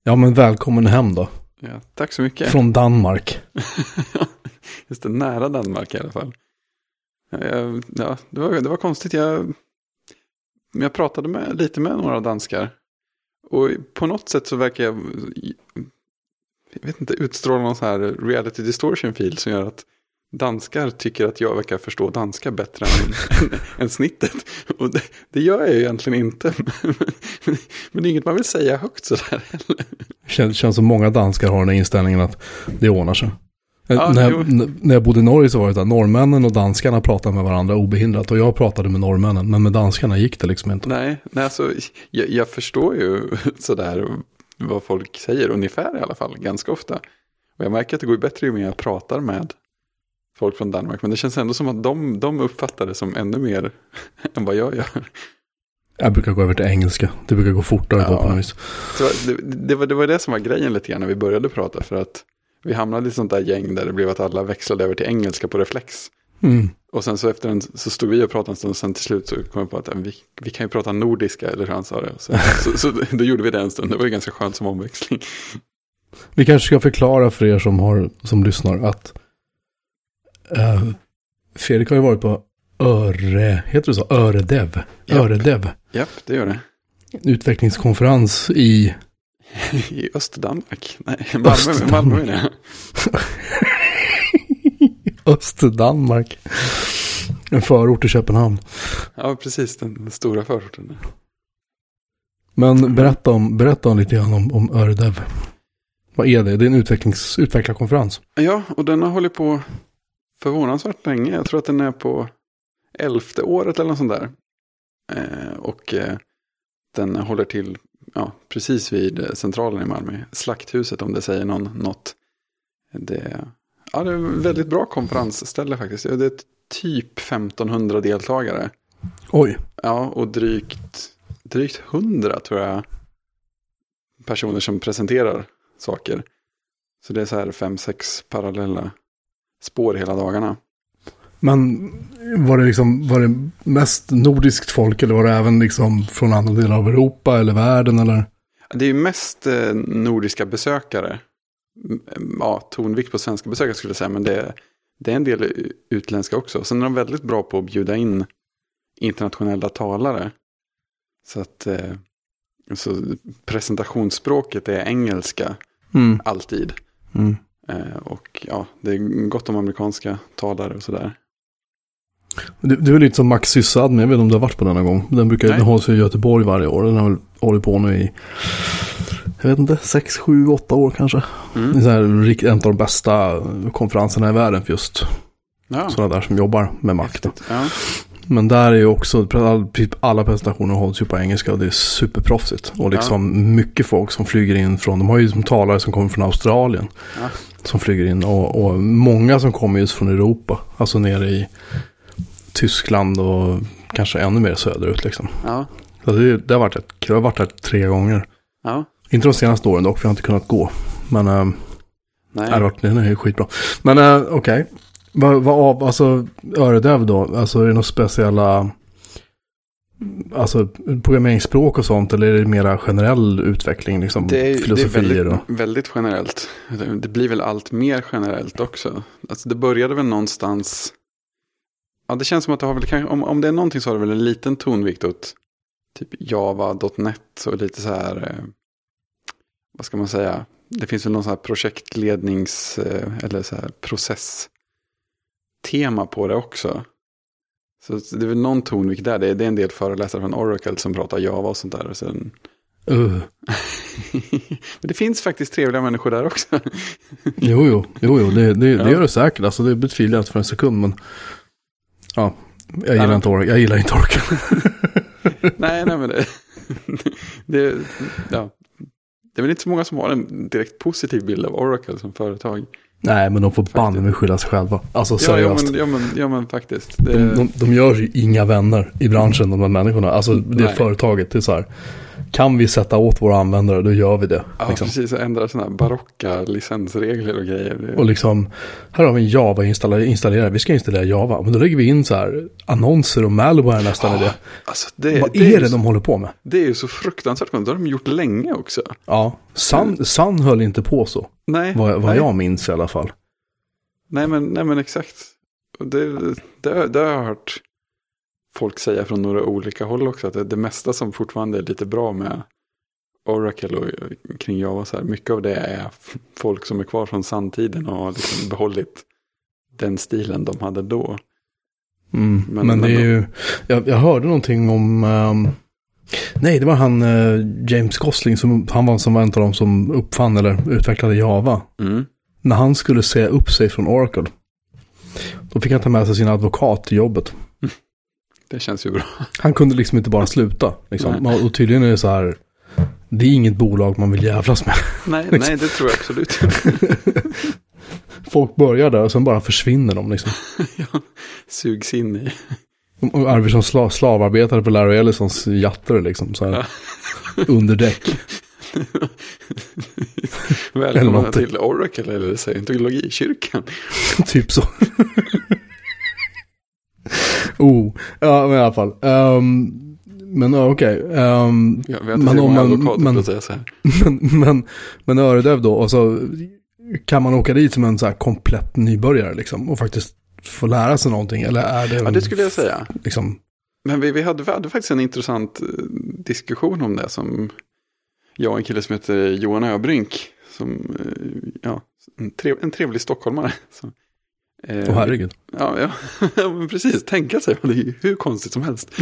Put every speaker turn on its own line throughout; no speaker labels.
Ja, men välkommen hem då.
Ja, tack så mycket.
Från Danmark.
Just det, nära Danmark i alla fall. Ja, det var konstigt. Jag pratade lite med några danskar. Och på något sätt så verkar jag vet inte, utstråla någon så här reality distortion feel som gör att danskar tycker att jag verkar förstå danska bättre än snittet. Och det gör jag ju egentligen inte. Men det är inget man vill säga högt sådär heller.
Känns som många danskar har den här inställningen att det ordnar sig.
Ja,
när jag bodde i Norge så var det så att norrmännen och danskarna pratade med varandra obehindrat. Och jag pratade med norrmännen, men med danskarna gick det liksom inte.
Nej alltså, jag förstår ju sådär vad folk säger ungefär i alla fall, ganska ofta. Och jag märker att det går bättre ju mer jag pratar med folk från Danmark. Men det känns ändå som att de uppfattar det som ännu mer än vad jag gör.
Jag brukar gå över till engelska. Det brukar gå fortare på något vis.
Så det var det som var grejen lite grann när vi började prata. För att vi hamnade i ett sånt där gäng där det blev att alla växlade över till engelska på reflex.
Mm.
Och sen så så stod vi och pratade en stund och sen till slut så kom jag på att vi kan ju prata nordiska, eller hur han sa det. Så då gjorde vi det en stund. Det var ju ganska skönt som omväxling.
Vi kanske ska förklara för er som lyssnar att Fredrik har ju varit på heter det så? Öredev.
Japp.
Öredev.
Japp, det gör det.
Utvecklingskonferens i
Östdanmark. Nej,
Östdanmark.
Malmö är det.
Östdanmark. En förort till Köpenhamn.
Ja, precis. Den stora förorten.
Men berätta om lite grann om Öredev. Vad är det? Det är en utvecklarkonferens.
Ja, och den har hållit på förvånansvärt länge. Jag tror att den är på 11:e året eller något sånt där. Den håller till precis vid centralen i Malmö. Slakthuset, om det säger något. Det är en väldigt bra konferensställe faktiskt. Det är typ 1500 deltagare.
Oj.
Ja, och drygt 100 tror jag personer som presenterar saker. Så det är så här 5-6 parallella spår hela dagarna. Men
var det mest nordiskt folk eller var det även liksom från andra delar av Europa eller världen eller?
Det är ju mest nordiska besökare. Ja, tonvikt på svenska besökare skulle jag säga, men det är en del utländska också. Sen är de väldigt bra på att bjuda in internationella talare. Så att så presentationsspråket är engelska alltid.
Mm.
Och ja, det är gott om amerikanska talare och sådär.
Det är väl lite som Max Syssad, men jag vet inte om du har varit på denna gång. Den brukar hålla sig i Göteborg varje år. Den har väl hållit på nu i, jag vet inte, 6, 7, 8 år kanske. Det är så här, en av de bästa konferenserna i världen för just sådana där som jobbar med makt.
Ja.
Men där är ju också, alla presentationer hålls ju på engelska och det är superproffsigt. Och liksom mycket folk som flyger in från, de har ju som talare som kommer från Australien som flyger in. Och många som kommer just från Europa, alltså nere i Tyskland och kanske ännu mer söderut liksom.
Ja.
Så det har varit här 3 gånger.
Ja.
Inte de senaste åren dock, för jag har inte kunnat gå. Men den är skitbra. Men okej. Alltså Öredev då, alltså är det några speciella alltså programmeringsspråk och sånt, eller är det mera generell utveckling liksom, filosofier?
Det är väldigt, väldigt generellt. Det blir väl allt mer generellt också. Alltså det började väl någonstans, det känns som att det har väl kanske, om det är någonting så har det väl en liten tonvikt åt typ Java.net och lite så här, vad ska man säga, det finns väl någon sån här projektlednings eller så här processtema på det också. Så det är väl någon tonvikt där. Det är en del föreläsare från Oracle som pratar Java och sånt där. Och sen Men det finns faktiskt trevliga människor där också.
Jo, det gör det säkert. Alltså det betvivlar jag inte för en sekund, men ja, jag gillar inte Oracle.
nej, men det är väl inte så många som har en direkt positiv bild av Oracle som företag.
Nej, men de får banne med skylla sig själva. Alltså seriöst.
Ja, men faktiskt.
De gör ju inga vänner i branschen, de här människorna. Alltså det företaget, det är så här. kan vi sätta åt våra användare, då gör vi det.
Ja,
liksom.
Precis. Ändra sådana här barocka licensregler och grejer.
Och liksom, här har vi en Java-installerare. Vi ska installera Java. Men då lägger vi in så här annonser och malware nästan i det.
Alltså
vad är det de håller på med?
Det är ju så fruktansvärt. Det har de gjort länge också.
Ja, Sun höll inte på så.
Nej.
Vad jag minns i alla fall.
Nej men exakt. Och det har jag hört folk säga från några olika håll också. Att det mesta som fortfarande är lite bra med Oracle och kring Java så här, mycket av det är folk som är kvar från Sun-tiden och har liksom behållit den stilen de hade då.
Men det är ju, jag hörde någonting om nej, det var han James Gosling han var en av dem som uppfann eller utvecklade Java. När han skulle säga upp sig från Oracle, då fick han ta med sig sin advokat till jobbet.
Det känns ju bra.
Han kunde liksom inte bara sluta. Liksom. Och tydligen är det så här, det är inget bolag man vill jävlas med.
Nej, nej, det tror jag absolut.
Folk börjar där och sen bara försvinner de liksom.
Ja, sugs in i.
Och arbetar som slavarbetare på Larry Ellisons jatter liksom. Så här, under däck.
Välkomna till Oracle eller Scientologikyrkan.
Typ så. Ja, men i alla fall. Men okej. Men Öredev då, och så kan man åka dit som en så här komplett nybörjare liksom, och faktiskt få lära sig någonting, eller är det...
Ja, det skulle jag säga.
Liksom...
Men vi hade faktiskt en intressant diskussion om det, som jag och en kille som heter Johan Öbrink, som en trevlig stockholmare. Så,
herregud.
Ja, men precis. Tänka sig, det är ju hur konstigt som helst.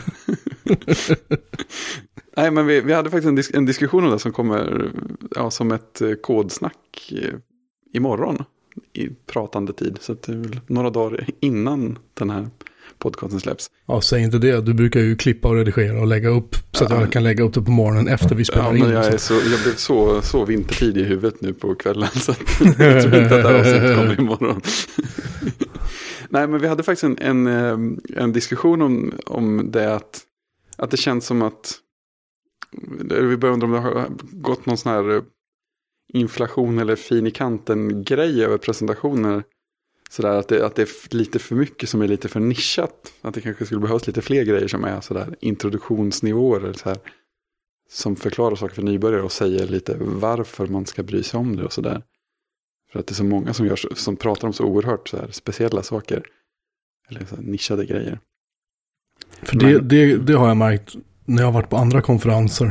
Nej, men vi hade faktiskt en diskussion om det som kommer som ett kodsnack imorgon i pratande tid. Så att det är väl några dagar innan den här podcasten släpps.
Ja, säg inte det. Du brukar ju klippa och redigera och lägga upp så att jag kan lägga upp det på morgonen efter vi spelar in.
Men jag blev så vintertid i huvudet nu på kvällen, så att jag tror inte att det här avsnittet kommer imorgon. Nej, men vi hade faktiskt en diskussion om det, att det känns som att vi börjar undra om det har gått någon sån här inflation eller fin i kanten grej över presentationer. Sådär att det är lite för mycket som är lite för nischat. Att det kanske skulle behövas lite fler grejer som är sådär introduktionsnivåer eller så här, som förklarar saker för nybörjare och säger lite varför man ska bry sig om det och sådär. För att det är så många som pratar om så oerhört så här speciella saker. Eller så här nischade grejer.
För det har jag märkt när jag har varit på andra konferenser.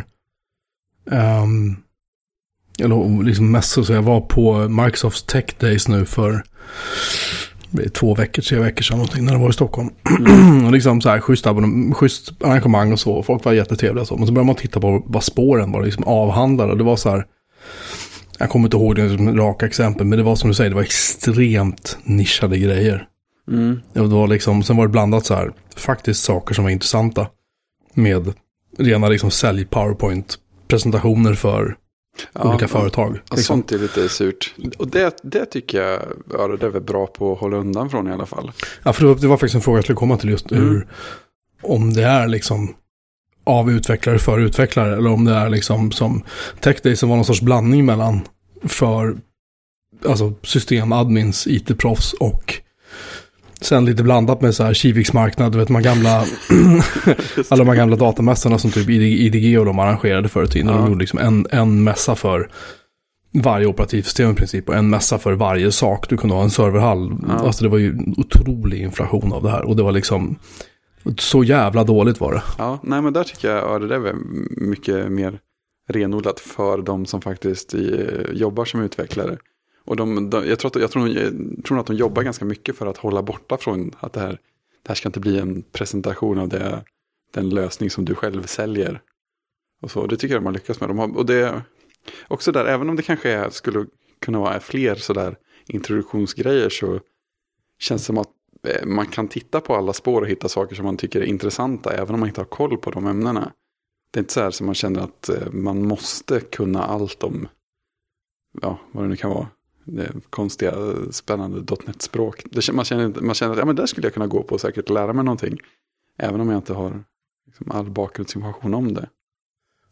Eller liksom mässor, så jag var på Microsofts Tech Days nu för 3 veckor sedan någonting, när det var i Stockholm. Och liksom så här schysst arrangemang och så. Folk var jättetrevliga och så. Men så började man titta på vad spåren var liksom avhandlade. Och det var så här, jag kommer inte ihåg det som raka exempel, men det var som du säger, det var extremt nischade grejer. Och det var liksom, sen var det blandat så här, faktiskt saker som var intressanta med rena liksom sälj PowerPoint-presentationer för olika företag.
Liksom. Sånt är lite surt. Och det tycker jag det är väl bra på att hålla undan från i alla fall. Ja,
för det var faktiskt en fråga jag skulle komma till just om det är liksom av utvecklare för utvecklare, eller om det är liksom som Tech Day som var någon sorts blandning mellan för alltså systemadmins, IT-proffs och sen lite blandat med så här Kiviks marknad, du vet man gamla alla de gamla datamässorna som typ IDG och de arrangerade förr i tiden. De gjorde liksom en mässa för varje operativsystem i princip och en mässa för varje sak. Du kunde ha en serverhall. Alltså det var ju otrolig inflation av det här, och det var liksom så jävla dåligt var det. Ja,
nej men där tycker jag det där var mycket mer renodlat för de som faktiskt jobbar som utvecklare. Och jag tror att de jobbar ganska mycket för att hålla borta från att det här ska inte bli en presentation av den lösning som du själv säljer. Och så, det tycker jag de har lyckats med. Och det också där, även om det kanske skulle kunna vara fler sådär introduktionsgrejer, så känns det som att man kan titta på alla spår och hitta saker som man tycker är intressanta, även om man inte har koll på de ämnena. Det är inte så här som man känner att man måste kunna allt om vad det nu kan vara. Det konstiga, spännande .NET-språk. Man känner att där skulle jag kunna gå på och säkert lära mig någonting. Även om jag inte har liksom all bakgrundsinformation om det.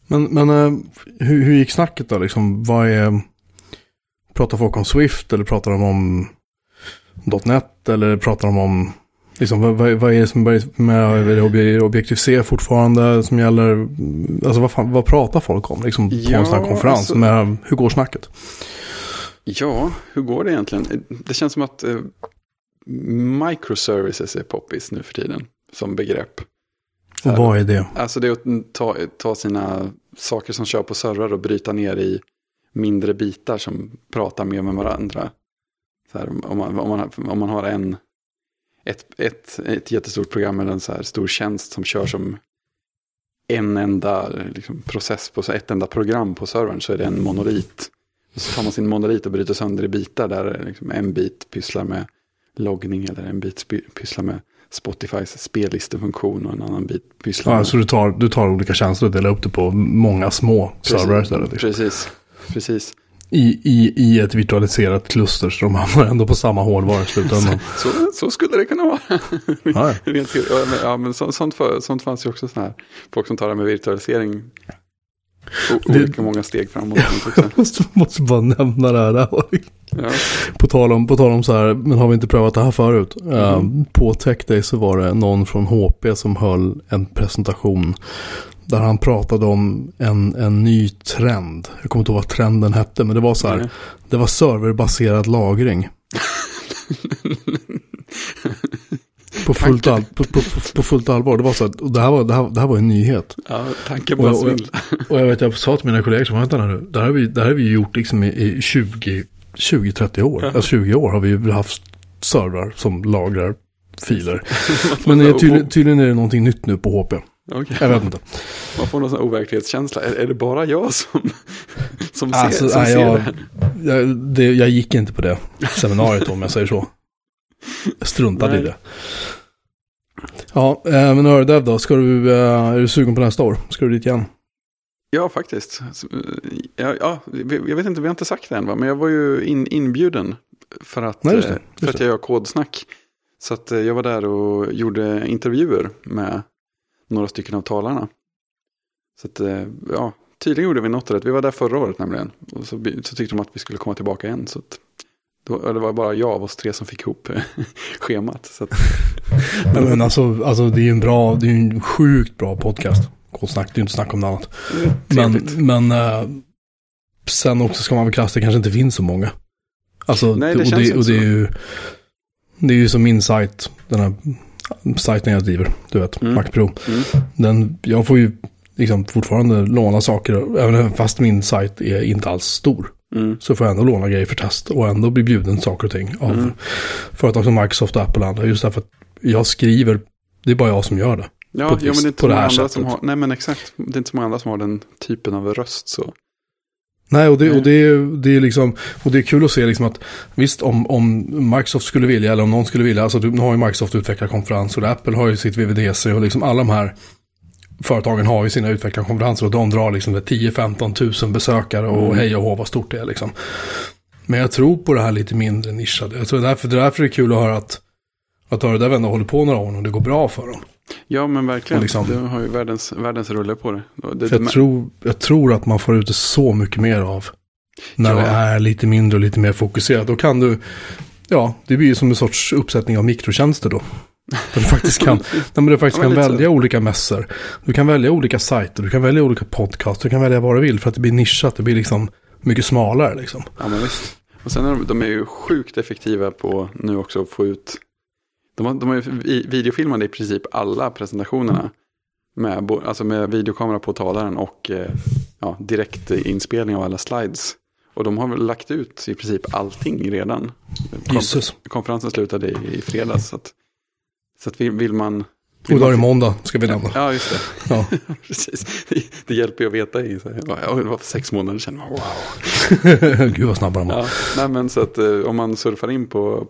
Men hur gick snacket då? Liksom, pratar folk om Swift eller pratar de om .NET eller pratar de om liksom, vad är det som med Objective-C fortfarande som gäller? Alltså vad pratar folk om liksom, på en sån här konferens? Alltså, hur går snacket?
Ja, hur går det egentligen? Det känns som att microservices är poppis nu för tiden som begrepp.
Och vad är det?
Alltså det är att ta sina saker som kör på servrar och bryta ner i mindre bitar som pratar mer med varandra. Så här, om man har ett jättestort program eller en så här stor tjänst som kör som en enda liksom, process på ett enda program på servern, så är det en monolit. Och så tar man sin monolit och bryter sönder i bitar där liksom en bit pysslar med loggning eller en bit pysslar med Spotifys spellistefunktion och en annan bit pysslar med...
Så du tar olika tjänster och delar upp det på många små servrar. Liksom.
Precis.
I ett virtualiserat kluster, så de hamnar ändå på samma hårdvara i slutändan.
så skulle det kunna vara.
Ja.
Men sånt fanns ju också sån här folk som tar det med virtualisering olika många steg framåt.
Jag måste bara nämna det här. Ja. På tal om så här, men har vi inte prövat det här förut? På Tech Day så var det någon från HP som höll en presentation där han pratade om en ny trend. Jag kommer inte ihåg vad trenden hette, men det var så här, det var serverbaserad lagring. På fullt allvar. Det var så att, och det här var en nyhet.
Ja, tanken bara svindla.
Och jag sa till mina kollegor som vänta nu, det här har vi gjort liksom i 20-30 år. Alltså 20 år har vi haft servrar som lagrar filer. Men tydligen är det någonting nytt nu på HP.
Okay.
Jag vet inte.
Man får någon sån overklighetskänsla. Är det bara jag som ser det här?
Jag gick inte på det seminariet om jag säger så. Jag struntade i det. Ja, men hör Dev då, är du sugen på nästa år? Ska du dit igen?
Ja, faktiskt. Ja, jag vet inte, vi har inte sagt det än, va? Men jag var ju inbjuden för att jag gör kodsnack. Så att jag var där och gjorde intervjuer med några stycken av talarna. Så att, tydligen gjorde vi något rätt. Vi var där förra året nämligen. Och så tyckte de att vi skulle komma tillbaka igen. Så att det var bara jag av oss 3 som fick ihop schemat. Så att,
men alltså det är ju en sjukt bra podcast. Kodsnack, det är ju inte snack om något annat. Men sen också ska man väl krassa, det kanske inte finns så måga. Alltså,
nej, det känns inte så.
Det är ju som min sajt, den här sajten jag driver, du vet, Mac Pro. Jag får ju liksom fortfarande låna saker, även fast min sajt är inte alls stor. Så får jag ändå låna grejer för test och ändå bli bjuden saker och ting av företag som Microsoft och Apple och andra. Just därför att jag skriver, det är bara jag som gör det.
Ja, men det är inte så många andra som har, nej men exakt, det är inte så många andra som har den typen av röst så.
Nej, och det är liksom, och det är kul att se liksom att visst om Microsoft skulle vilja eller om någon skulle vilja, alltså nu har ju Microsoft utvecklarkonferens och Apple har ju sitt VVDC och liksom alla de här företagen har ju sina utvecklarkonferenser och de drar liksom 10-15 000 besökare och hej och hå vad stort det är liksom. Men jag tror på det här lite mindre nischade. Jag tror därför det är kul att höra att höra det ändå håller på några år och det går bra för dem.
Ja, men verkligen.
Liksom,
det har ju världens rulle på det.
Jag tror att man får ut det så mycket mer av när det är lite mindre och lite mer fokuserat. Då kan du, det blir ju som en sorts uppsättning av mikrotjänster då. Där du faktiskt kan välja olika mässor. Du kan välja olika sajter, du kan välja olika podcast, du kan välja vad du vill för att det blir nischat, det blir liksom mycket smalare liksom.
Ja, men visst. Och sen de är ju sjukt effektiva på nu också att få ut. De har ju videofilmade i princip alla presentationerna med videokamera på talaren och direkt inspelning av alla slides. Och de har väl lagt ut i princip allting redan. Konferensen slutade i fredags så att vill man...
Och då är det måndag, ska vi nämna.
Ja, just det. Ja. Precis. Det hjälper ju att veta i. Det var för 6 månader sedan. Wow.
Gud vad snabbare man.
Ja, nej, men så att om man surfar in på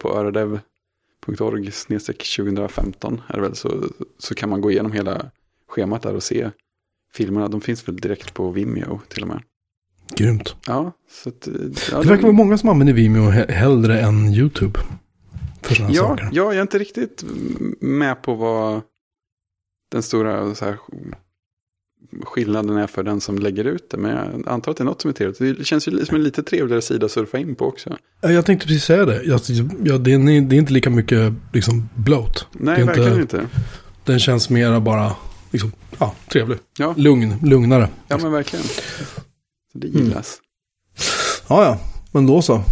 öredev.org/2015 är det väl så kan man gå igenom hela schemat där och se filmerna. De finns väl direkt på Vimeo till och med.
Grymt.
Ja, så att,
det verkar vara många som använder Vimeo hellre än YouTube.
Ja, jag är inte riktigt med på vad den stora så här, skillnaden är för den som lägger ut det. Men jag antar att det är något som är trevligt. Det känns ju som en lite trevligare sida att surfa in på också.
Jag tänkte precis säga det. Det är inte lika mycket liksom bloat.
Nej, verkligen inte.
Den känns mera bara liksom, trevlig.
Ja.
Lugnare.
Ja, men verkligen. Så det gillas.
Ja. Men då så.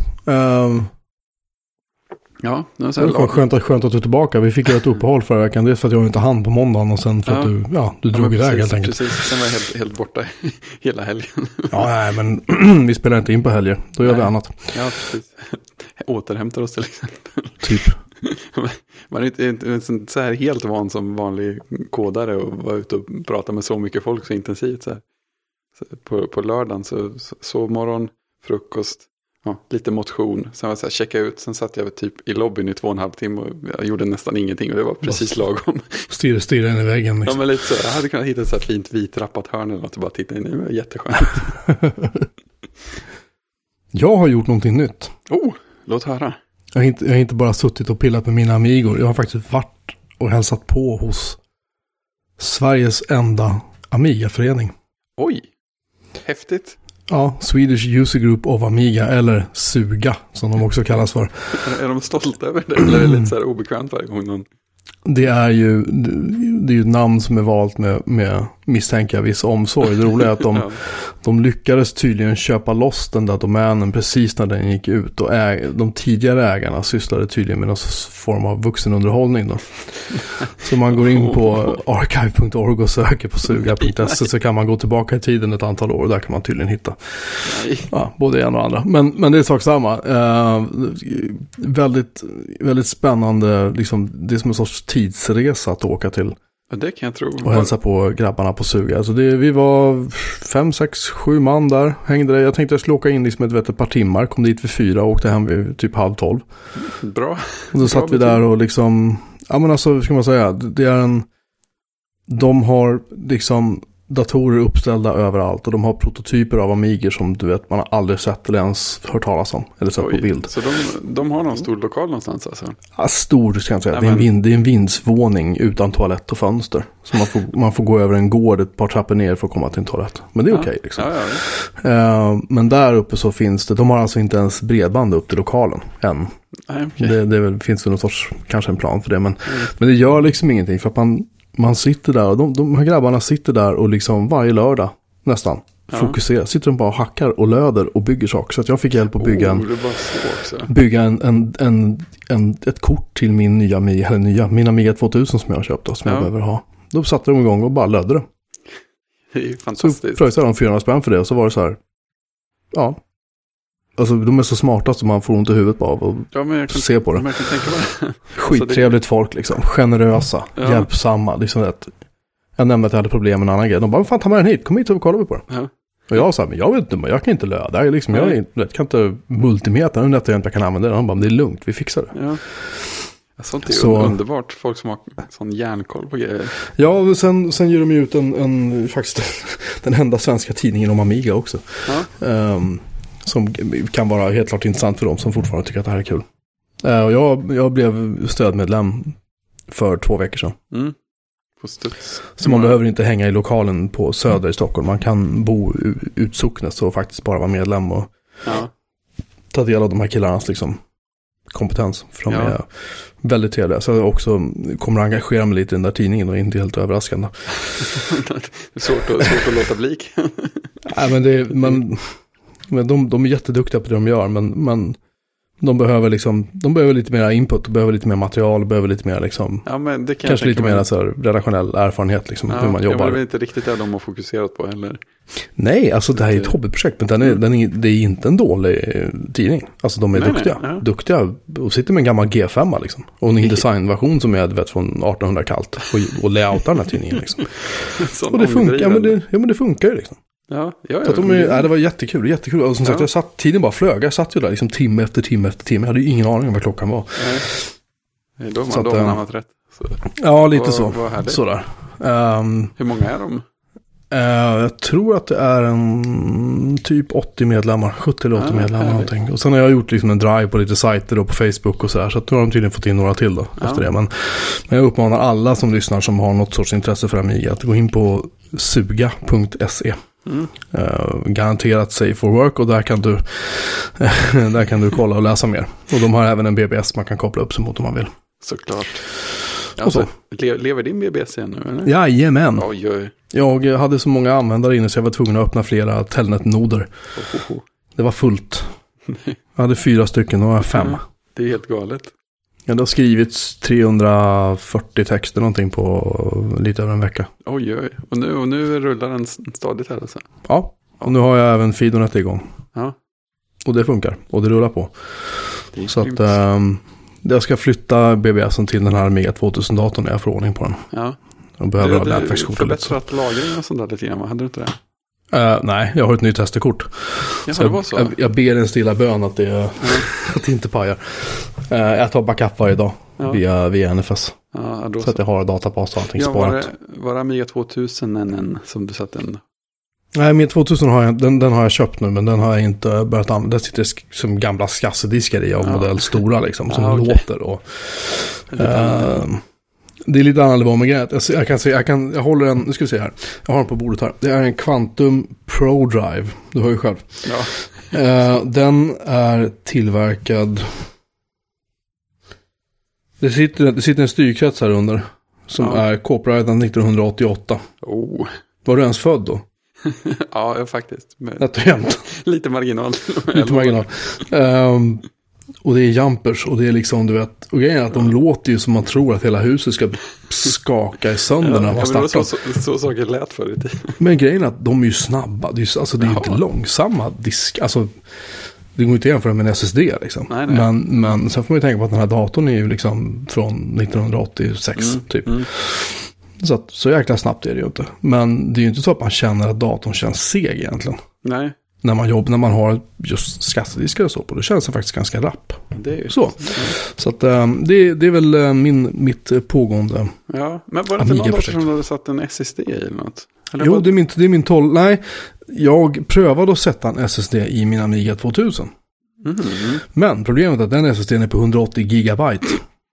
Ja,
det var skönt att du är tillbaka. Vi fick ett uppehåll förra veckan. Dels för att jag inte hann på måndagen och sen för att du drog iväg helt enkelt.
Precis, sen var jag helt borta hela helgen.
Nej, men vi spelar inte in på helger. Då gör vi annat.
Ja, precis. Återhämtar oss till exempel.
Typ.
Man är inte så här helt van som vanlig kodare och vara ute och prata med så mycket folk så intensivt. Så här. Så på lördagen så morgon, frukost, lite motion. Sen var jag så här, checka ut. Sen satt jag typ i lobbyn i 2,5 timmar och jag gjorde nästan ingenting. Och det var precis lagom.
Stirra in i väggen. Liksom.
Ja, men lite så. Jag hade kunnat hitta ett så här fint vitrappat hörn eller något och bara titta in. Det var jätteskönt.
Jag har gjort någonting nytt.
Låt höra.
Jag har inte bara suttit och pillat med mina amigor. Jag har faktiskt varit och hälsat på hos Sveriges enda Amiga-förening.
Oj, häftigt.
Ja, Swedish User Group of Amiga, eller SUGA som de också kallas för.
Är de stolta över det eller är det lite så här obekvämt varje gång någon...
Det är ju ett namn som är valt med misstänker jag viss omsorg. Det roliga är att de lyckades tydligen köpa loss den där domänen precis när den gick ut. Och de tidigare ägarna sysslade tydligen med någon form av vuxenunderhållning då. Så man går in på archive.org och söker på suga.se så kan man gå tillbaka i tiden ett antal år. Där kan man tydligen hitta både en och andra. Men det är sak samma. Väldigt, väldigt spännande. Liksom, det är som en sorts tidsresa att åka till.
Det kan jag tro.
Och hälsa på grabbarna på Suga. Alltså vi var 5, 6, 7 man där. Hängde där. Jag tänkte jag skulle åka in liksom ett par timmar. Kom dit vid 4 och åkte hem vid typ 11:30.
Bra.
Och då satt vi där och liksom... Ja men alltså, hur ska man säga? Det är de har liksom datorer uppställda överallt. Och de har prototyper av Amigor som du vet man har aldrig sett eller ens hört talas om. Eller sett på bild.
Så de har någon stor lokal någonstans alltså?
Ja, stor ska jag säga. Ja, det är en vindsvåning utan toalett och fönster. Så man får gå över en gård ett par trappor ner för att komma till en toalett. Men det är okej liksom. Men där uppe så finns det... De har alltså inte ens bredband upp till lokalen än.
Nej, okay.
Det finns väl någon sorts... Kanske en plan för det. Men det gör liksom ingenting. För att man sitter där och de här grabbarna sitter där och liksom varje lördag nästan fokuserar. Sitter de bara och hackar och löder och bygger saker. Så att jag fick hjälp att bygga ett kort till min nya min Amiga 2000 som jag har köpt och som jag behöver ha. Då satte de igång och bara lödde det.
Det är ju fantastiskt.
Så pröjsade de 400 spänn för det och så var det så här. Ja. Alltså de är så smarta så man får ont i huvudet bara av att se på det. Skittrevligt folk liksom. Generösa, hjälpsamma. Liksom det. Jag nämnde att jag hade problem med en annan grej. De bara, fan ta med den hit. Kom hit och kolla på det. Ja. Och jag sa, men jag vet inte, jag kan inte löda. Jag kan inte multimeter. Nu jag inte kan använda det. De bara, men det är lugnt, vi fixar det.
Ja. Sånt är så underbart. Folk som har sån järnkoll på grejer.
Ja, och sen ger de ut faktiskt den enda svenska tidningen om Amiga också. Ja. Som kan vara helt klart intressant för dem som fortfarande tycker att det här är kul. Och jag blev stödmedlem för 2 veckor sedan.
På studs.
Så man behöver inte hänga i lokalen på Söder i Stockholm. Man kan bo utsocknes och faktiskt bara vara medlem och ta del av de här killarnas liksom, kompetens. För de är väldigt trevliga. Så jag också kommer att engagera mig lite i den där tidningen och inte helt överraskande.
svårt att låta bli.
Nej, men de är jätteduktiga på det de gör, men de behöver lite mer input, behöver lite mer material, behöver lite mer liksom,
men det kan
kanske lite mer så här redaktionell erfarenhet liksom, hur man jobbar.
Det är inte riktigt det de har fokuserat på heller.
Nej, alltså det här är ett hobbyprojekt, men det är inte en dålig tidning. Alltså de är duktiga och sitter med en gammal G5 liksom, och en InDesign-version som är från 1800 kallt och layoutar den här tidningen liksom. Och det funkar, men det funkar ju liksom. Så det var jättekul. Och som sagt, tiden bara flög. Jag satt ju där liksom timme efter timme. Jag hade ju ingen aning om vad klockan var.
Nej. Då har man hamnat rätt. Så.
Ja, lite så. Sådär.
Hur många är de?
Jag tror att det är en typ 80 medlemmar, 70 eller 80 medlemmar någonting. Och sen har jag gjort liksom en drive på lite sajter och på Facebook och så här. Så att nu har de tydligen fått in några till då efter det. Men jag uppmanar alla som lyssnar som har något sorts intresse för Amiga att gå in på suga.se. Garanterat safe for work, och där kan du kolla och läsa mer. Och de har även en BBS man kan koppla upp sig mot om man vill.
Såklart. Alltså, lever din BBS igen nu, eller?
Jajamän.
Oj.
Jag hade så många användare inne så jag var tvungen att öppna flera Telnet-noder. Det var fullt. Jag hade 4 stycken och jag har 5.
Det är helt galet.
Ja, det har skrivits 340 texter någonting på lite över en vecka.
Oj. Och nu rullar den stadigt här alltså?
Ja, och nu har jag även Fidonet igång.
Ja.
Och det funkar. Och det rullar på.
Det
så att jag ska flytta BBSen till den här Amiga 2000-datorn när jag får ordning på den.
Ja.
Och behöver ha nätverkskortet.
Förbättrat lagring och sånt där lite grann, hade du inte det?
Nej, jag har ett nytt testekort.
Ja, så det var så.
Jag ber en stilla bön att det inte pajar. Jag tar backup varje dag via NFS.
Ja,
så att jag har databas och allting sparat.
Var det Amiga 2000 som du satt en?
Nej, Amiga 2000 har jag, den har jag köpt nu, men den har jag inte börjat använda. Det sitter som gamla skassediskar i av modell stora liksom, som låter. Och, det är lite annorlunda med grejer. Jag håller en, nu ska vi se här. Jag har den på bordet här. Det är en Quantum Pro Drive. Du hör ju själv. Ja. Den är tillverkad. Det sitter en styrkrets här under. Som är copyrightad 1988. Var du ens född då?
Ja, faktiskt. Lite marginal.
Lite marginal. Och det är jumpers och det är liksom, du vet, och grejen är att de låter ju som man tror att hela huset ska skaka i sönder när man startar.
Så saker lät förr i tiden.
Men grejen är att de är ju snabba. Det är ju inte långsamma disk. Alltså, det går inte att jämföra med en SSD liksom.
Nej.
Men sen får man ju tänka på att den här datorn är ju liksom från 1986 typ. Så jäkla snabbt är det ju inte. Men det är ju inte så att man känner att datorn känns seg egentligen.
Nej.
När man har just skattediskar och så på, då känns det faktiskt ganska rapp.
Det är ju
så. Så att det är väl mitt pågående.
Ja, men var det inte någon som hade satt en SSD i eller något? Eller
jo, det är min 12. Nej, jag prövade att sätta en SSD i min Amiga 2000. Men problemet är att den SSD är på 180 gigabyte.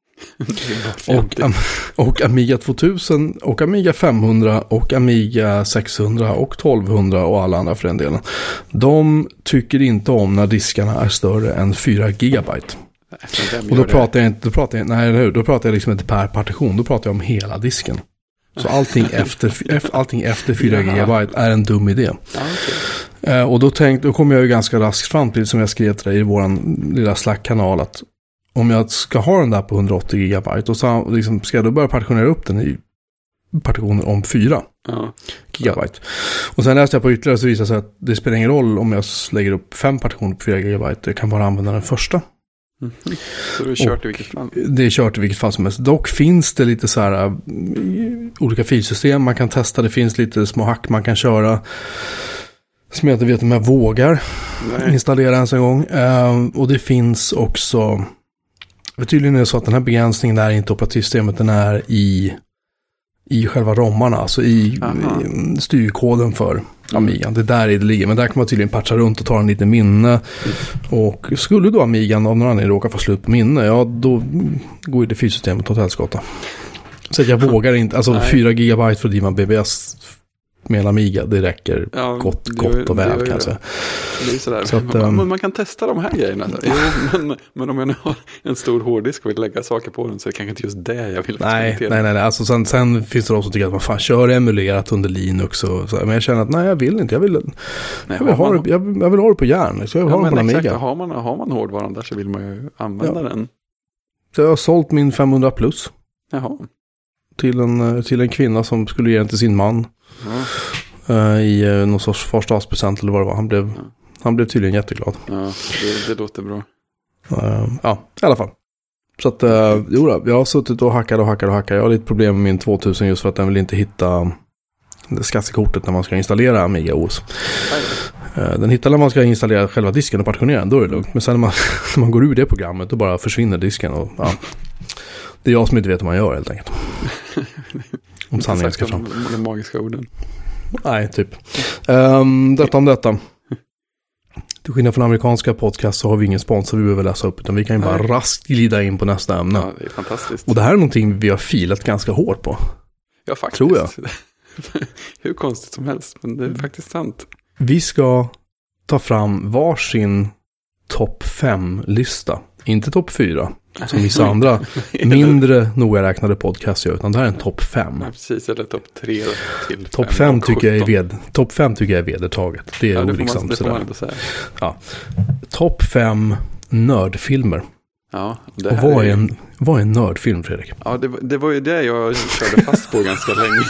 och Amiga 2000 och Amiga 500 och Amiga 600 och 1200 och alla andra för den delen. De tycker inte om när diskarna är större än 4 gigabyte. Och då pratar jag liksom inte per partition, då pratar jag om hela disken. Så allting efter 4 gigabyte är en dum idé. Och då kom jag ju ganska raskt fram till, som jag skrev till dig i våran lilla Slack-kanal, att om jag ska ha den där på 180 gigabyte och så liksom, ska jag då börja partitionera upp den i partitioner om 4 gigabyte. Och sen läste jag på ytterligare så visar det sig att det spelar ingen roll om jag lägger upp 5 partitioner på 4 gigabyte. Jag kan bara använda den första.
Så du är kört i vilket fall?
Det är kört i vilket fall som helst. Dock finns det lite så här olika filsystem man kan testa. Det finns lite små hack man kan köra. Som jag inte vet om jag vågar installera ens en gång. Och det finns också, tydligen är det så att den här begränsningen är inte operativsystemet, den är i själva rommarna, alltså i styrkoden för Amigan. Det är där det ligger, men där kan man tydligen patcha runt och ta en liten minne. Och skulle då Amigan av någon anledning råka få slut på minne, ja då går det filsystemet åt helskotta. Så att jag vågar inte, alltså 4 gigabyte för att driva BBS med en Amiga, det räcker gott och väl kan jag säga.
Det är sådär. Så att, man kan testa de här grejerna. Jo, men om jag nu har en stor hårddisk och vill lägga saker på den, så är det kanske inte just det jag vill experimentera. Nej. Alltså, sen finns det de som tycker att man fan kör emulerat under Linux och så. Men jag känner att jag vill inte. Jag vill ha det på järn. Så jag vill ha det på en Amiga. Har man hårdvaran där så vill man ju använda den.
Så jag har sålt min 500 plus.
Jaha.
Till en kvinna som skulle ge den till sin man. I någon sorts förstadspresent eller vad det var. Han blev tydligen jätteglad.
Ja, det låter bra.
I alla fall. Så att, jag har suttit och hackat. Jag har lite problem med min 2000 just för att den vill inte hitta skattekortet när man ska installera Amiga OS. Den hittar när man ska installera själva disken och partitionera den, då är det lugnt. Men sen när man går ur det programmet, då bara försvinner disken. Och, det är jag som inte vet hur man gör helt enkelt. Om sanningen ska fram.
De magiska orden.
Nej, typ. Detta om detta. Till skillnad från amerikanska podcast så har vi ingen sponsor vi behöver läsa upp, utan vi kan ju bara raskt glida in på nästa ämne.
Ja, det är fantastiskt.
Och det här är någonting vi har filat ganska hårt på.
Ja, faktiskt.
Tror jag.
Hur konstigt som helst, men det är faktiskt sant.
Vi ska ta fram varsin topp 5-lista. Inte topp 4, som vissa andra mindre noga räknade podcast gör, utan det här är en topp 5.
Ja, precis, eller topp 3 till 5.
Topp 5 tycker jag är vedertaget. Det är liksom
det får man inte säga.
Ja. Topp 5 nördfilmer.
Ja,
och vad är en nördfilm, Fredrik?
Ja, det var ju det jag körde fast på ganska länge.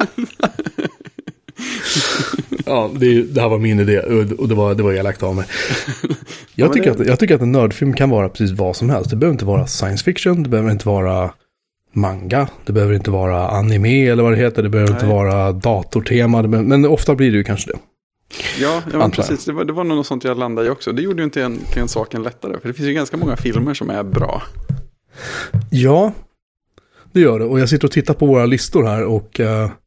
Ja, det här var min idé och det var elakt av mig. Jag tycker att en nördfilm kan vara precis vad som helst. Det behöver inte vara science fiction, det behöver inte vara manga, det behöver inte vara anime eller vad det heter, det behöver inte vara datortema, men ofta blir det ju kanske det.
Ja men precis, det var något sånt jag landade i också. Det gjorde ju inte egentligen saken lättare, för det finns ju ganska många filmer som är bra.
Ja, det gör det. Och jag sitter och tittar på våra listor här och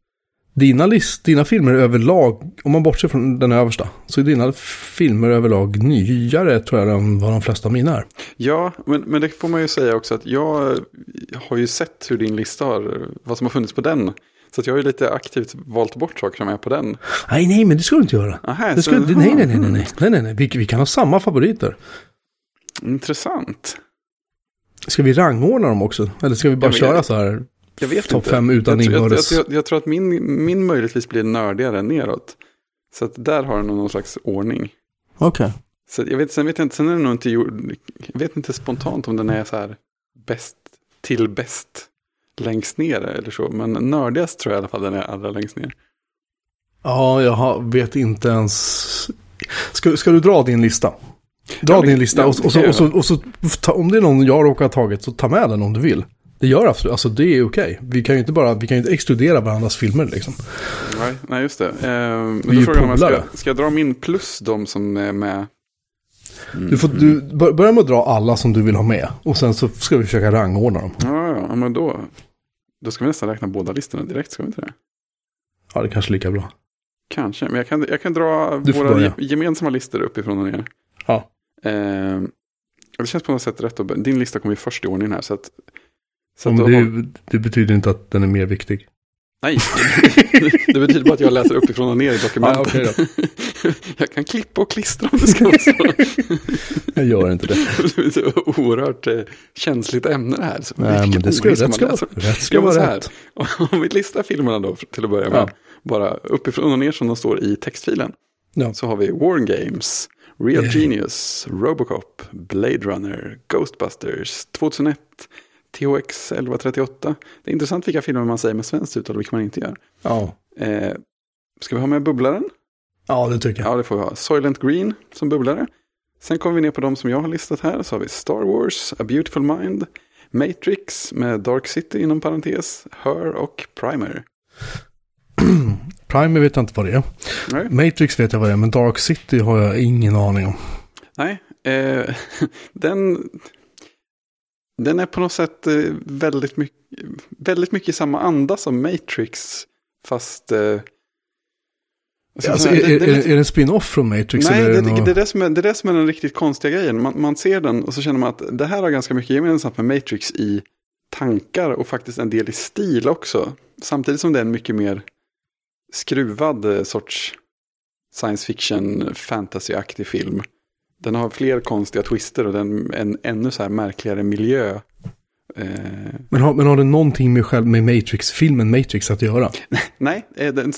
dina filmer överlag, om man bortser från den översta, så är dina filmer överlag nyare, tror jag, än vad de flesta av mina är. Ja,
men det får man ju säga också, att jag har ju sett hur din lista vad som har funnits på den. Så att jag har ju lite aktivt valt bort saker som är på den.
Nej, men det ska du inte göra.
Aha,
Nej. Vi kan ha samma favoriter.
Intressant.
Ska vi rangordna dem också? Eller ska vi bara köra så här?
Jag vet
topp 5 utan inbördes.
Jag tror att min möjligtvis blir nördigare neråt. Så att där har den någon slags ordning.
Okej.
Så jag vet inte, sen är det nog inte jag vet inte spontant om den är så här bäst till bäst längst ner eller så. Men nördigast tror jag i alla fall den är allra längst ner.
Ja, jag vet inte ens. Ska du dra din lista? Din lista och så om det är någon jag råkar ha tagit, så ta med den om du vill. Det gör absolut, alltså det är okej. Vi kan ju inte exkludera varandras filmer liksom.
Nej just det. Men då frågar man, ska jag dra min plus de som är med?
Du börjar med att dra alla som du vill ha med, och sen så ska vi försöka rangordna dem.
Ja, men då ska vi nästan räkna båda listorna direkt, ska vi inte det?
Ja, det kanske är lika bra.
Kanske, men jag kan dra våra gemensamma listor uppifrån och ner.
Ja.
Det känns på något sätt rätt. Din lista kommer ju först i ordning här. Så att
det betyder inte att den är mer viktig.
Nej, det betyder bara att jag läser uppifrån och ner i dokumentet.
Okay då.
Jag kan klippa och klistra om det ska vara så.
Jag gör inte det.
Det är så oerhört känsligt ämne det här. Så
nej, men det ska vara rätt.
Om vi listar filmerna då till att börja med. Bara uppifrån och ner som de står i textfilen. Ja. Så har vi War Games, Real Genius, Robocop, Blade Runner, Ghostbusters, 2001, THX 1138. Det är intressant vilka filmer man säger med svenskt uttal och vilka man inte gör.
Ja.
Ska vi ha med bubblaren?
Ja, det tycker jag.
Ja, det får vi ha. Soylent Green som bubblare. Sen kommer vi ner på de som jag har listat här. Så har vi Star Wars, A Beautiful Mind, Matrix med Dark City inom parentes, Her och Primer.
Primer vet jag inte vad det är. Nej. Matrix vet jag vad det är, men Dark City har jag ingen aning om.
Nej, den är på något sätt väldigt mycket i samma anda som Matrix, fast... är
det en spin-off från Matrix?
Nej, det är det som är den riktigt konstiga grejen. Man ser den och så känner man att det här har ganska mycket gemensamt med Matrix i tankar och faktiskt en del i stil också. Samtidigt som det är en mycket mer skruvad sorts science fiction fantasy-aktig film. Den har fler konstiga twister och en ännu så här märkligare miljö.
Men har det någonting med Matrix-filmen Matrix att göra?
Nej, den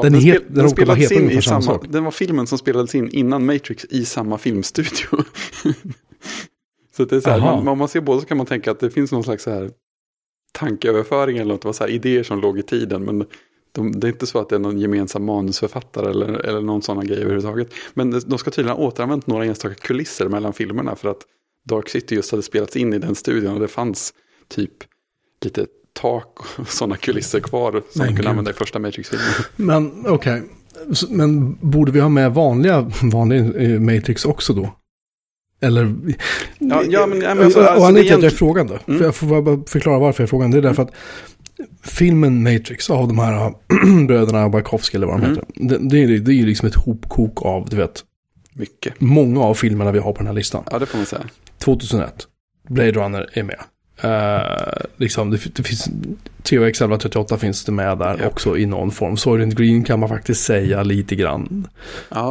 var filmen som spelades in innan Matrix i samma filmstudio. Så det är så här, om man ser båda så kan man tänka att det finns någon slags så här tankeöverföring eller något, så här idéer som låg i tiden, men det är inte så att det är någon gemensam manusförfattare eller någon sån grej överhuvudtaget. Men de ska tydligen ha återanvänt några enstaka kulisser mellan filmerna för att Dark City just hade spelats in i den studion och det fanns typ lite tak och sådana kulisser kvar som man kunde använda i första Matrix-filmen. Men
okej. Men borde vi ha med vanlig Matrix också då? Eller...
Ja, men
och anledningen till att jag är frågande. För jag får bara förklara varför jag är frågande. Det är därför att filmen Matrix av de här bröderna Wachowski eller vad de heter. Det är ju liksom ett hopkok av, du vet,
mycket.
Många av filmerna vi har på den här listan.
Ja, det får man säga. 2001.
Blade Runner är med. Liksom, det finns THX 1138 finns det med där också i någon form. Soylent Green kan man faktiskt säga lite grann.
Ja.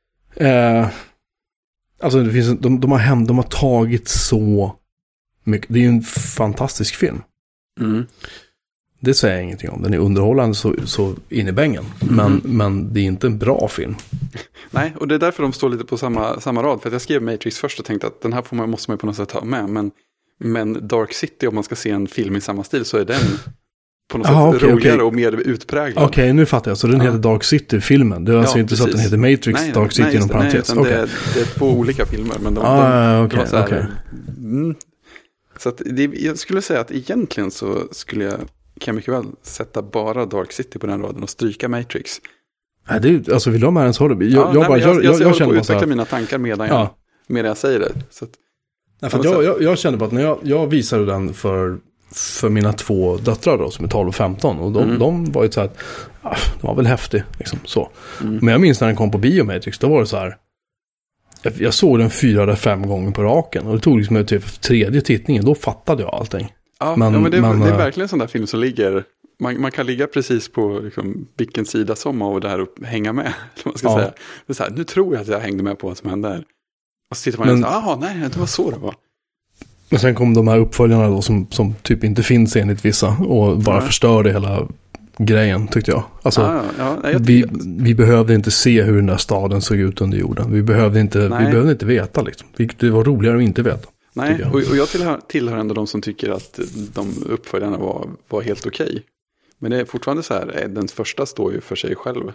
Alltså det finns, de har tagit så mycket. Det är ju en fantastisk film. Det säger jag ingenting om. Den är underhållande så in i bängen. Men det är inte en bra film.
Nej, och det är därför de står lite på samma rad. För att jag skrev Matrix först och tänkte att den här måste man på något sätt ta med. Men Dark City, om man ska se en film i samma stil, så är den på något sätt roligare och mer utpräglad.
Okej, nu fattar jag. Så den heter Dark City-filmen. Det är alltså inte så att den heter Matrix Dark City inom parentes.
Nej, det är två olika filmer. Men de var så här, så att jag skulle säga att egentligen så kan jag mycket väl sätta bara Dark City på den raden och stryka Matrix.
Nej, alltså vill du ha med den så har du. Jag
håller
känner
på att utveckla mina tankar medan jag säger det. Så att,
jag kände på att när jag visade den för mina 2 döttrar då, som är 12 och 15, och de var ju så här, de var väl häftig liksom, så. Men jag minns när den kom på bio Matrix, då var det så här, jag såg den 4 eller 5 gånger på raken, och det tog liksom typ 3:e tittningen, då fattade jag allting.
Men det är verkligen en sån där film som ligger, man kan ligga precis på liksom, vilken sida som av det här och hänga med. Man ska säga. Det är så här, nu tror jag att jag hängde med på vad som hände här. Och så tittar man och säger, nej, det var så det var.
Men sen kom de här uppföljarna då som typ inte finns enligt vissa och bara förstörde hela grejen, tyckte jag. Alltså, vi behövde inte se hur den där staden såg ut under jorden. Vi behövde inte veta liksom. Det var roligare att inte veta.
Nej, och jag tillhör ändå de som tycker att de uppföljarna var helt okej. Men det är fortfarande så här, den första står ju för sig själv.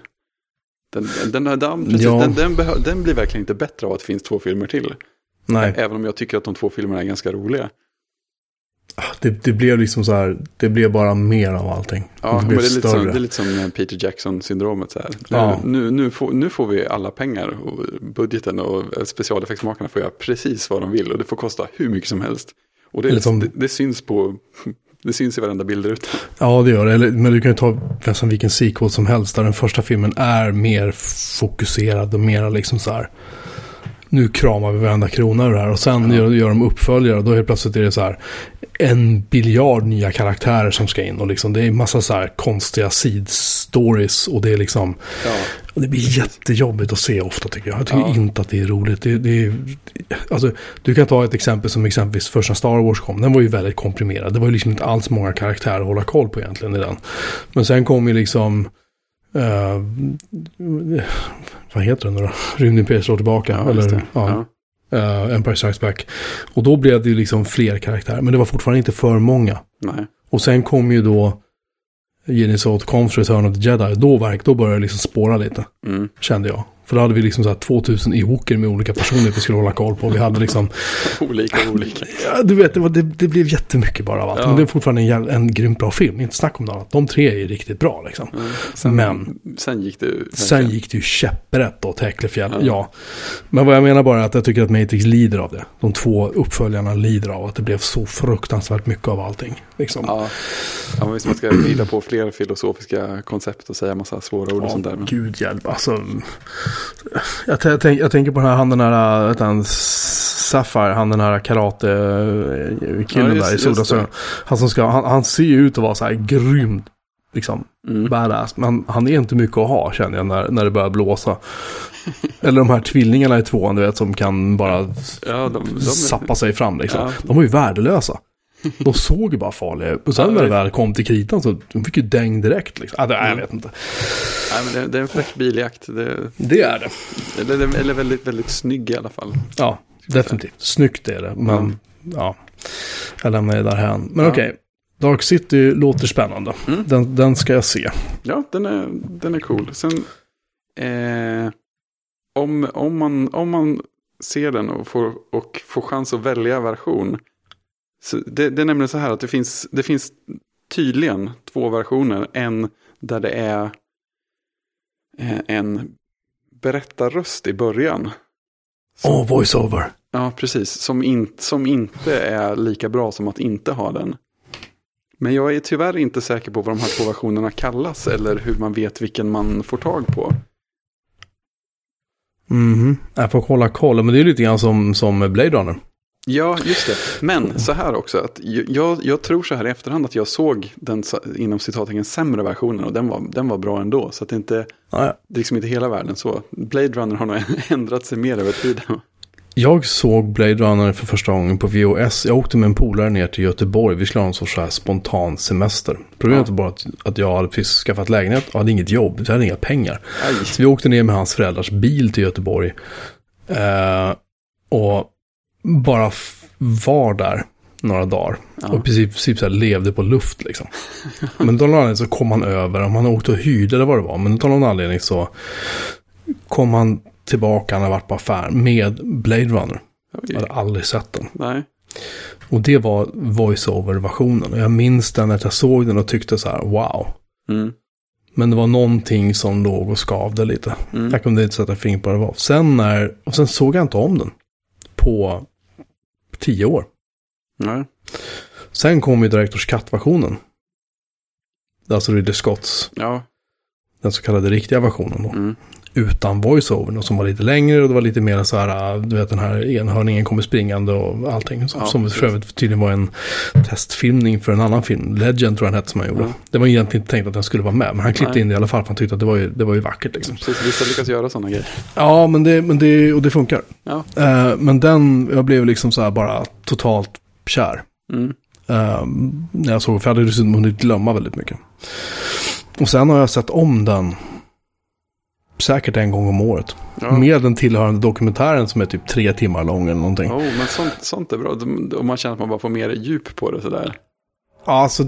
Den blir verkligen inte bättre av att det finns 2 filmer till.
Nej.
Även om jag tycker att de 2 filmerna är ganska roliga.
Det blev liksom så här, det blev bara mer av allting.
Ja, men det är lite som Peter Jackson-syndromet så här. Ja. Nu får vi alla pengar och budgeten och specialeffektsmakarna får göra precis vad de vill och det får kosta hur mycket som helst. Och det syns i varenda bilder ut.
Ja, det gör det. Men du kan ju ta nästan vilken sequel som helst där den första filmen är mer fokuserad och mer liksom så här, nu kramar vi varenda krona ur det här och sen gör de uppföljare och då helt plötsligt är det så här 1 biljard nya karaktärer som ska in och liksom det är en massa så här konstiga side-stories och det är liksom och det blir jättejobbigt att se ofta, tycker jag. Jag tycker inte att det är roligt. Det är, alltså, du kan ta ett exempel som exempelvis första Star Wars kom. Den var ju väldigt komprimerad. Det var ju liksom inte alls många karaktärer att hålla koll på egentligen i den. Men sen kom ju liksom vad heter den då? Rymdimperiet slår tillbaka. Empire Strikes Back. Och då blev det ju liksom fler karaktärer. Men det var fortfarande inte för många.
Nej.
Och sen kom ju då Genesis Conf Return of the Jedi. Då började det liksom spåra lite. Kände jag. För då hade vi liksom så här 2000 Ewoker med olika personer vi skulle hålla koll på. Vi hade liksom
olika.
Ja, du vet, det blev jättemycket bara av allt. Men det är fortfarande en grymt bra film. Inte snack om det annat. De 3 är riktigt bra liksom.
Sen gick det
ju käpprätt åt Häcklefjäll. Ja. Men vad jag menar bara är att jag tycker att Matrix lider av det. De 2 uppföljarna lider av att det blev så fruktansvärt mycket av allting. Liksom.
Ja, men hvis man ska rida på fler filosofiska koncept och säga massa svåra ord och sånt där. Men...
Gud hjälp, alltså... Jag tänker på han den här Sapphire, han den här karate-killen där i Soda. Han ser ju ut att vara så här grymt liksom badass, men han är inte mycket att ha, känner jag, när det börjar blåsa. Eller de här tvillingarna i 2:an, du vet, som kan bara sappa sig fram liksom. Ja. De var ju värdelösa. De såg ju bara farliga ut. Och sen när det väl kom till kritan så de fick ju däng direkt liksom. Jag vet inte.
Nej, men det är en fräck biljakt.
Det är det.
Eller väldigt, väldigt snygg i alla fall.
Ja, definitivt. Snyggt är det. Men jag lämnar det därhän. Men okej. Dark City låter spännande. Den ska jag se. Ja,
den är cool. Sen om man ser den och får chans att välja version. Så det är nämligen så här att det finns tydligen 2 versioner. En där det är en berättarröst i början.
Voice-over.
Ja, precis. Som inte är lika bra som att inte ha den. Men jag är tyvärr inte säker på vad de här två versionerna kallas eller hur man vet vilken man får tag på.
Jag får kolla, men det är lite grann som Blade Runner.
Ja, just det. Men så här också, att jag tror så här i efterhand att jag såg den inom citattecken sämre versionen och den var bra ändå. Så att det inte, det är liksom inte hela världen så. Blade Runner har nog ändrat sig mer över tiden. Jag
såg Blade Runner för första gången på VHS. Jag åkte med en polare ner till Göteborg. Vi skulle ha en sorts så här spontan semester. Problemet var bara att jag hade precis skaffat lägenhet och hade inget jobb. Jag hade inga pengar. Så vi åkte ner med hans föräldrars bil till Göteborg. Och bara var där några dagar. Och i princip så här levde på luft liksom. Men då anledning så kom han över. Om han åkte och hyrde eller vad det var. Men då någon anledning så kom han tillbaka. Han hade varit på affär med Blade Runner. Jag hade aldrig sett den.
Nej.
Och det var voice-over-versionen. Och jag minns den att jag såg den och tyckte så här, wow. Men det var någonting som låg och skavde lite. Jag kunde inte sätta fingret på vad det var. Sen såg jag inte om den på 10 år.
Nej.
Sen kom ju Directors Cut-versionen. Det är alltså Ridley Scotts.
Ja.
Den så kallade riktiga versionen då. Utan voice-over. Som var lite längre och det var lite mer så här, du vet den här enhörningen kommer springande och allting. Som för övrigt tydligen var en testfilmning för en annan film. Legend tror jag den hette som han gjorde. Det var egentligen inte tänkt att den skulle vara med. Men han klippte in det i alla fall för han tyckte att det var ju vackert liksom.
Precis, vissa lyckas göra sådana grejer.
Ja, men det funkar. Ja. Men jag blev liksom så här bara totalt kär. När jag såg, för jag hade dessutom hunnit glömma väldigt mycket. Och sen har jag sett om den säkert en gång om året. Med den tillhörande dokumentären som är typ 3 timmar lång eller någonting.
Men sånt är bra. Och man känner att man bara får mer djup på det sådär.
Ja, alltså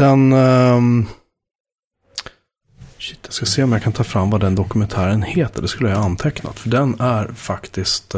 shit, jag ska se om jag kan ta fram vad den dokumentären heter. Det skulle jag ha antecknat. För den är faktiskt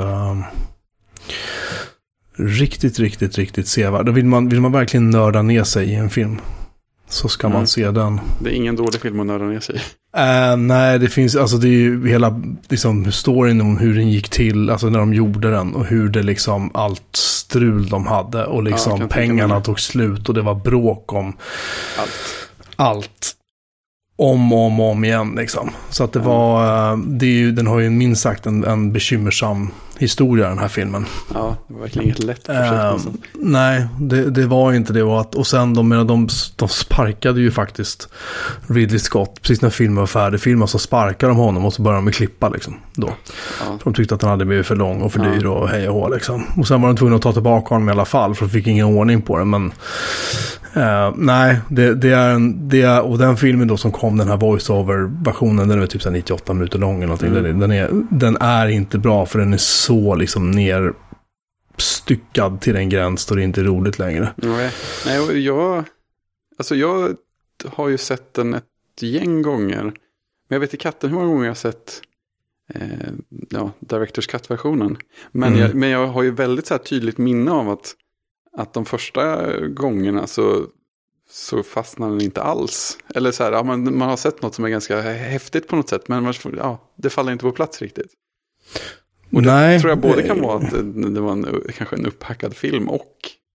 riktigt sevärd. Då vill man verkligen nörda ner sig i en film. Så ska man se den.
Det är ingen dålig film att nörda ner sig i.
Nej, det finns, alltså det är ju hela liksom storyn om hur den gick till, alltså när de gjorde den och hur det liksom allt strul de hade och liksom pengarna tog slut och det var bråk om allt. Om igen liksom. Så att det var, den har ju minst sagt en bekymmersam historia den här filmen.
Ja, det var verkligen inget lätt projekt.
Nej, det var inte det. Och sen de sparkade ju faktiskt Ridley Scott. Precis när filmen var färdig, så sparkade de honom och så började de klippa liksom. Då. För de tyckte att den hade blivit för lång och för dyr och hej och hå liksom. Och sen var de tvungna att ta tillbaka honom i alla fall för de fick ingen ordning på det. Men nej, det är och den filmen då som kom, den här voice-over-versionen, den är typ så 98 minuter lång eller någonting. Den är inte bra för den är så liksom nerstyckad till en gräns då det inte är roligt längre.
Nej, och jag har ju sett den ett gäng gånger. Men jag vet i katten hur många gånger jag har sett Directors Cut-versionen. Men jag har ju väldigt så här tydligt minne av att de första gångerna så fastnar den inte alls. Eller så här, man har sett något som är ganska häftigt på något sätt. Men det faller inte på plats riktigt. Och det tror jag både kan vara att det var kanske en upphackad film och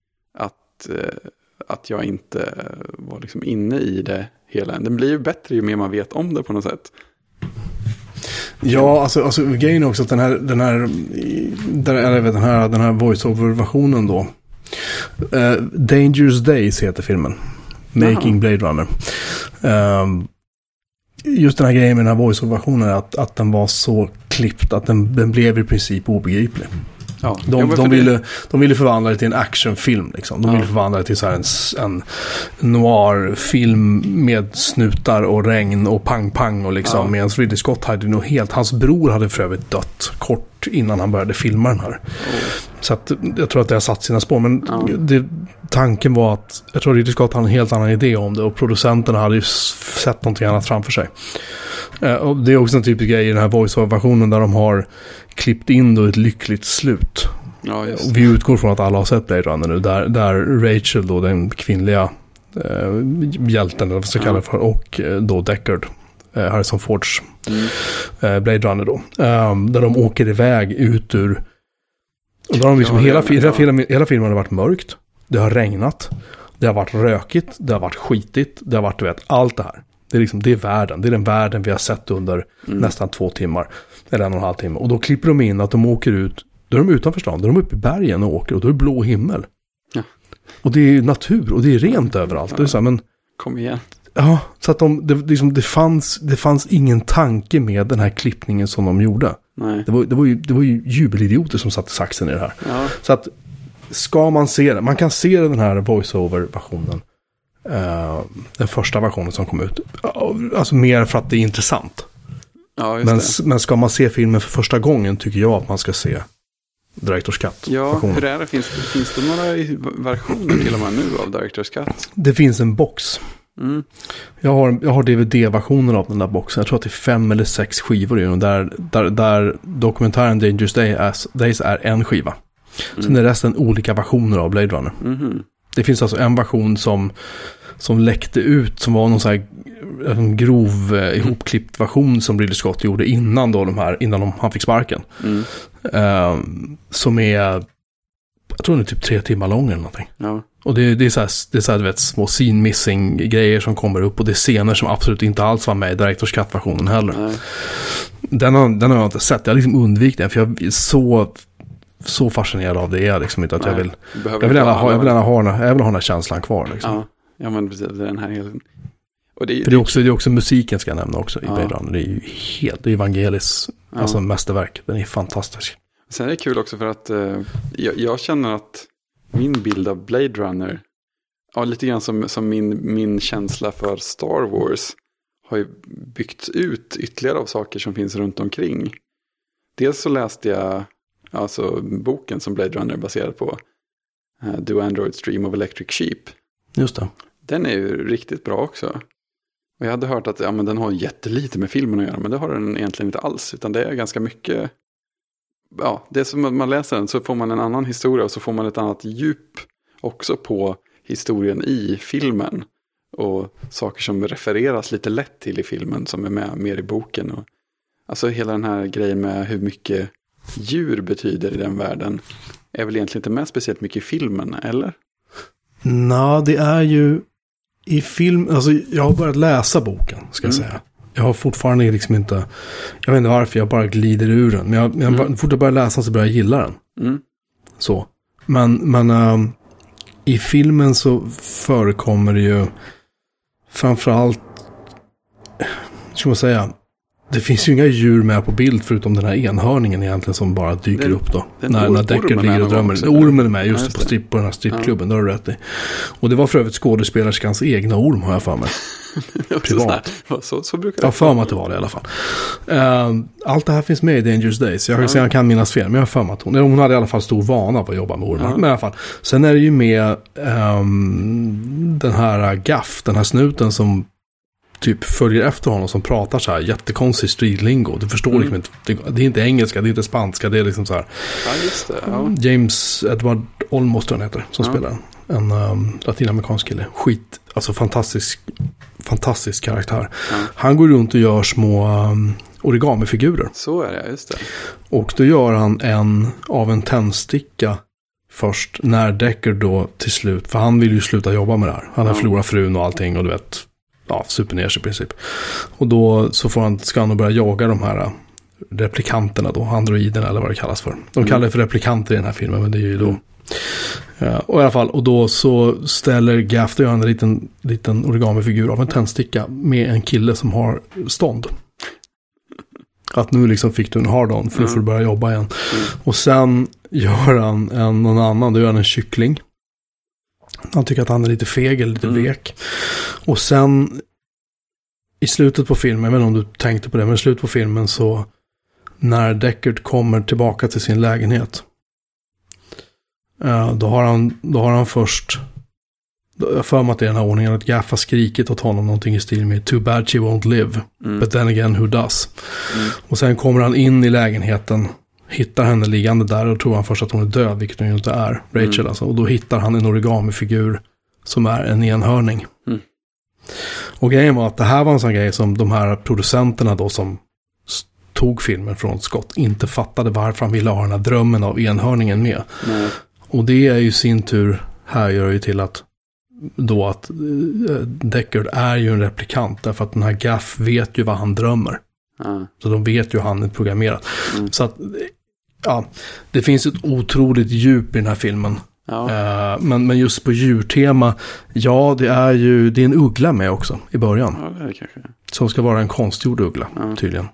att jag inte var liksom inne i det hela. Den blir ju bättre ju mer man vet om det på något sätt.
Ja, alltså grejen är också att den här voice-over-versionen då. Dangerous Days heter filmen. Making Blade Runner. Just den här grejen med den här voice-over-versionen är att den var så klippt att den blev i princip obegriplig. Ja, de ville förvandla det till en actionfilm liksom. De ville förvandla det till så här en noir-film med snutar och regn och pang-pang och liksom. Medan Ridley Scott hade nog helt, hans bror hade för övrigt dött kort innan han började filma den här. Så att jag tror att det har satt sina spår. Men tanken var att jag tror att Ridley Scott hade en helt annan idé om det och producenterna hade ju sett någonting annat framför sig. Och det är också en typisk grej i den här voice-over-versionen där de har klippt in då ett lyckligt slut. Ja, just. Och vi utgår från att alla har sett Blade Runner nu. Där Rachel då, den kvinnliga hjälten eller vad ska kalla det för, och då Deckard, Harrison Fords Blade Runner då. Där de åker iväg ut ur, och då har de liksom hela filmen har varit mörkt. Det har regnat. Det har varit rökigt, det har varit skitigt, det har varit, du vet, allt det här. Det är liksom, det är världen. Det är den världen vi har sett under nästan 2 timmar. Eller 1,5 timme. Och då klipper de in att de åker ut. Då är de utanför stan. Då är de uppe i bergen och åker. Och då är det blå himmel.
Ja.
Och det är natur. Och det är rent överallt. Ja. Det är så här, men...
Kom igen.
Ja, så att det fanns ingen tanke med den här klippningen som de gjorde.
Nej.
Det var ju jubelidioter som satte saxen i det här.
Ja.
Så att ska man se det. Man kan se den här voice-over-versionen. Den första versionen som kom ut. Alltså mer för att det är intressant.
Ja, just
men ska man se filmen för första gången tycker jag att man ska se Director's Cut.
Ja, hur är det? Finns det några versioner till och med nu av Director's Cut?
Det finns en box. Jag har DVD-versioner av den där boxen. Jag tror att det är 5 eller 6 skivor i den. Där dokumentären Dangerous Days är en skiva. Sen är resten olika versioner av Blade Runner. Det finns alltså en version som läckte ut, som var någon så här en grov ihopklippt version som Ridley Scott gjorde innan han fick sparken. Som är, jag tror det är typ 3 timmar lång eller någonting. Ja. Och det är så här, du vet, små scene missing grejer som kommer upp, och det är scener som absolut inte alls var med i Director's Cut-versionen heller. Nej. Den har jag inte sett. Jag har liksom undvikit den, för jag är så fascinerad av det är liksom inte att jag vill ha den här känslan kvar liksom.
Ja, men precis, den här hela...
Och det är också musiken, ska jag nämna också i Blade Runner. Det är ju helt evangelis, alltså mästerverk. Den är fantastisk.
Sen är det kul också för att jag känner att min bild av Blade Runner, lite grann som min känsla för Star Wars, har ju byggt ut ytterligare av saker som finns runt omkring. Dels så läste jag alltså boken som Blade Runner är baserad på, Do Androids Dream of Electric Sheep.
Just det.
Den är ju riktigt bra också. Och jag hade hört att men den har jättelite med filmen att göra, men det har den egentligen inte alls, utan det är ganska mycket, det är som att man läser den så får man en annan historia, och så får man ett annat djup också på historien i filmen, och saker som refereras lite lätt till i filmen som är med mer i boken. Och, alltså hela den här grejen med hur mycket djur betyder i den världen är väl egentligen inte med speciellt mycket i filmen, eller?
Nej, det är ju i film, alltså jag har börjat läsa boken, ska jag säga. Jag har fortfarande liksom inte, jag vet inte varför, jag bara glider ur den. Men jag fort jag börjar läsa så börjar jag gilla den. Så. Men i filmen så förekommer det ju framförallt, ska man säga, det finns ju inga djur med på bild förutom den här enhörningen egentligen som bara dyker upp då. När Deckard ligger och drömmer. Ormen är med just det, på den här strippklubben, där har du rätt i. Och det var för övrigt skådespelerskans egna orm, har jag för mig. Privat.
Så brukar det.
Jag för mig att det var det i alla fall. Allt det här finns med i Dangerous Days. Jag kan minnas fel, men jag har för mig att hon hade i alla fall stor vana av att jobba med ormar. Men i alla fall. Sen är det ju med den här Gaff, den här snuten som typ följer efter honom, som pratar så här jättekonstig stridlingo. Du förstår liksom inte, det är inte engelska, det är inte spanska, det är liksom så här.
Ja, just det. Ja.
James Edward Olmos tror han heter, som spelar en latinamerikansk kille. Alltså fantastisk karaktär. Ja. Han går runt och gör små origamifigurer.
Så är det, just det.
Och då gör han en tändsticka först, när Deckard då till slut, för han vill ju sluta jobba med det här. Han har förlorat frun och allting, och du vet, super ner sig i princip. Och då så ska han börja jaga de här replikanterna då, androiderna eller vad det kallas för. De kallar det för replikanter i den här filmen, men det är ju då och i alla fall, och då så ställer Gaff och gör en liten origamifigur av en tändsticka med en kille som har stånd. Att nu liksom fick du en hard-on för att få börja jobba igen. Och sen gör han någon annan, då gör han en kyckling. Han tycker att han är lite feg eller lite vek. Och sen i slutet på filmen, jag vet inte om du tänkte på det, men i slutet på filmen så, när Deckard kommer tillbaka till sin lägenhet, då har han först, jag för mig att det är den här ordningen, att Gaff har skrikit åt honom någonting i stil med "Too bad she won't live, but then again who does?" Och sen kommer han in i lägenheten, hittar henne liggande där, och tror han först att hon är död, vilket hon ju inte är, Rachel alltså. Och då hittar han en origamifigur som är en enhörning. Och grejen var att det här var en sån grej som de här producenterna då, som tog filmen från Scott, inte fattade varför han ville ha den här drömmen av enhörningen med. Och det är ju sin tur, här gör ju till att då att Deckard är ju en replikant därför att den här Gaff vet ju vad han drömmer. Så de vet ju hur han är programmerad. Så att ja, det finns ett otroligt djup i den här filmen. Ja. Men just på djurtema, ja, det är en uggla med också i början.
Ja, det är kanske.
Som ska vara en konstgjord uggla, tydligen.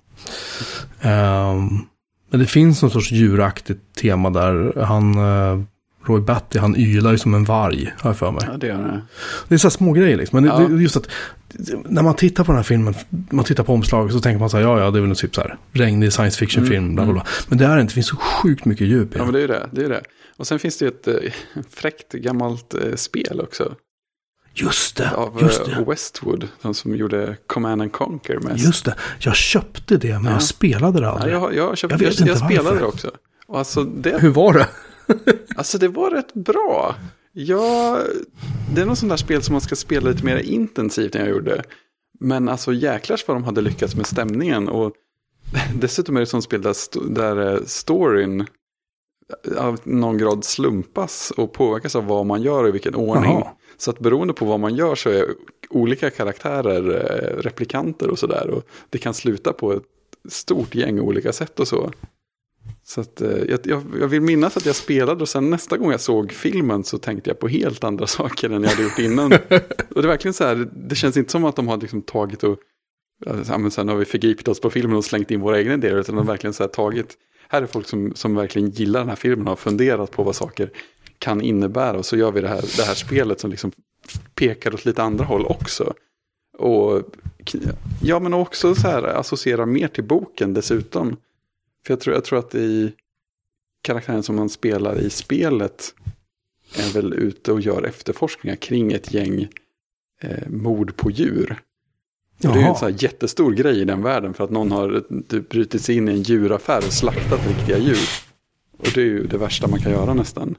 Men det finns någon sorts djuraktigt tema där. Roy Batty, han ylar ju som en varg, har jag för mig.
Ja, det gör det.
Det är så här små grejer liksom. Men det är just att när man tittar på den här filmen, man tittar på omslaget så tänker man så här, ja, det är väl en typ så här regnig science fiction film, bla bla bla. Men det är inte, det finns så sjukt mycket djup i.
Ja, men det är det. Och sen finns det ju ett fräckt gammalt spel också.
Just det.
Av Westwood, de som gjorde Command and Conquer mest.
Just det. Jag köpte det, men jag spelade det aldrig.
Ja, jag spelade det också. Och alltså
hur var det?
Alltså det var rätt bra. Det är något sånt där spel som man ska spela lite mer intensivt än jag gjorde. Men alltså jäklars vad de hade lyckats med stämningen. Och dessutom är det sånt spel där storyn av någon grad slumpas och påverkas av vad man gör och i vilken ordning. Aha. Så att beroende på vad man gör så är olika karaktärer replikanter och sådär. Och det kan sluta på ett stort gäng olika sätt och så. Så att jag vill minnas att jag spelade och sen nästa gång jag såg filmen så tänkte jag på helt andra saker än jag hade gjort innan. Och det är verkligen så här, det känns inte som att de har liksom tagit och men sen har vi förgripit oss på filmen och slängt in våra egna idéer, utan de har verkligen så här tagit, här är folk som verkligen gillar den här filmen och har funderat på vad saker kan innebära, och så gör vi det här spelet som liksom pekar åt lite andra håll också. Och ja, men också så här associera mer till boken dessutom. För jag tror att i karaktären som man spelar i spelet är väl ute och gör efterforskningar kring ett gäng mord på djur. Det är ju en så här jättestor grej i den världen, för att någon har brutit sig in i en djuraffär och slaktat riktiga djur. Och det är ju det värsta man kan göra nästan.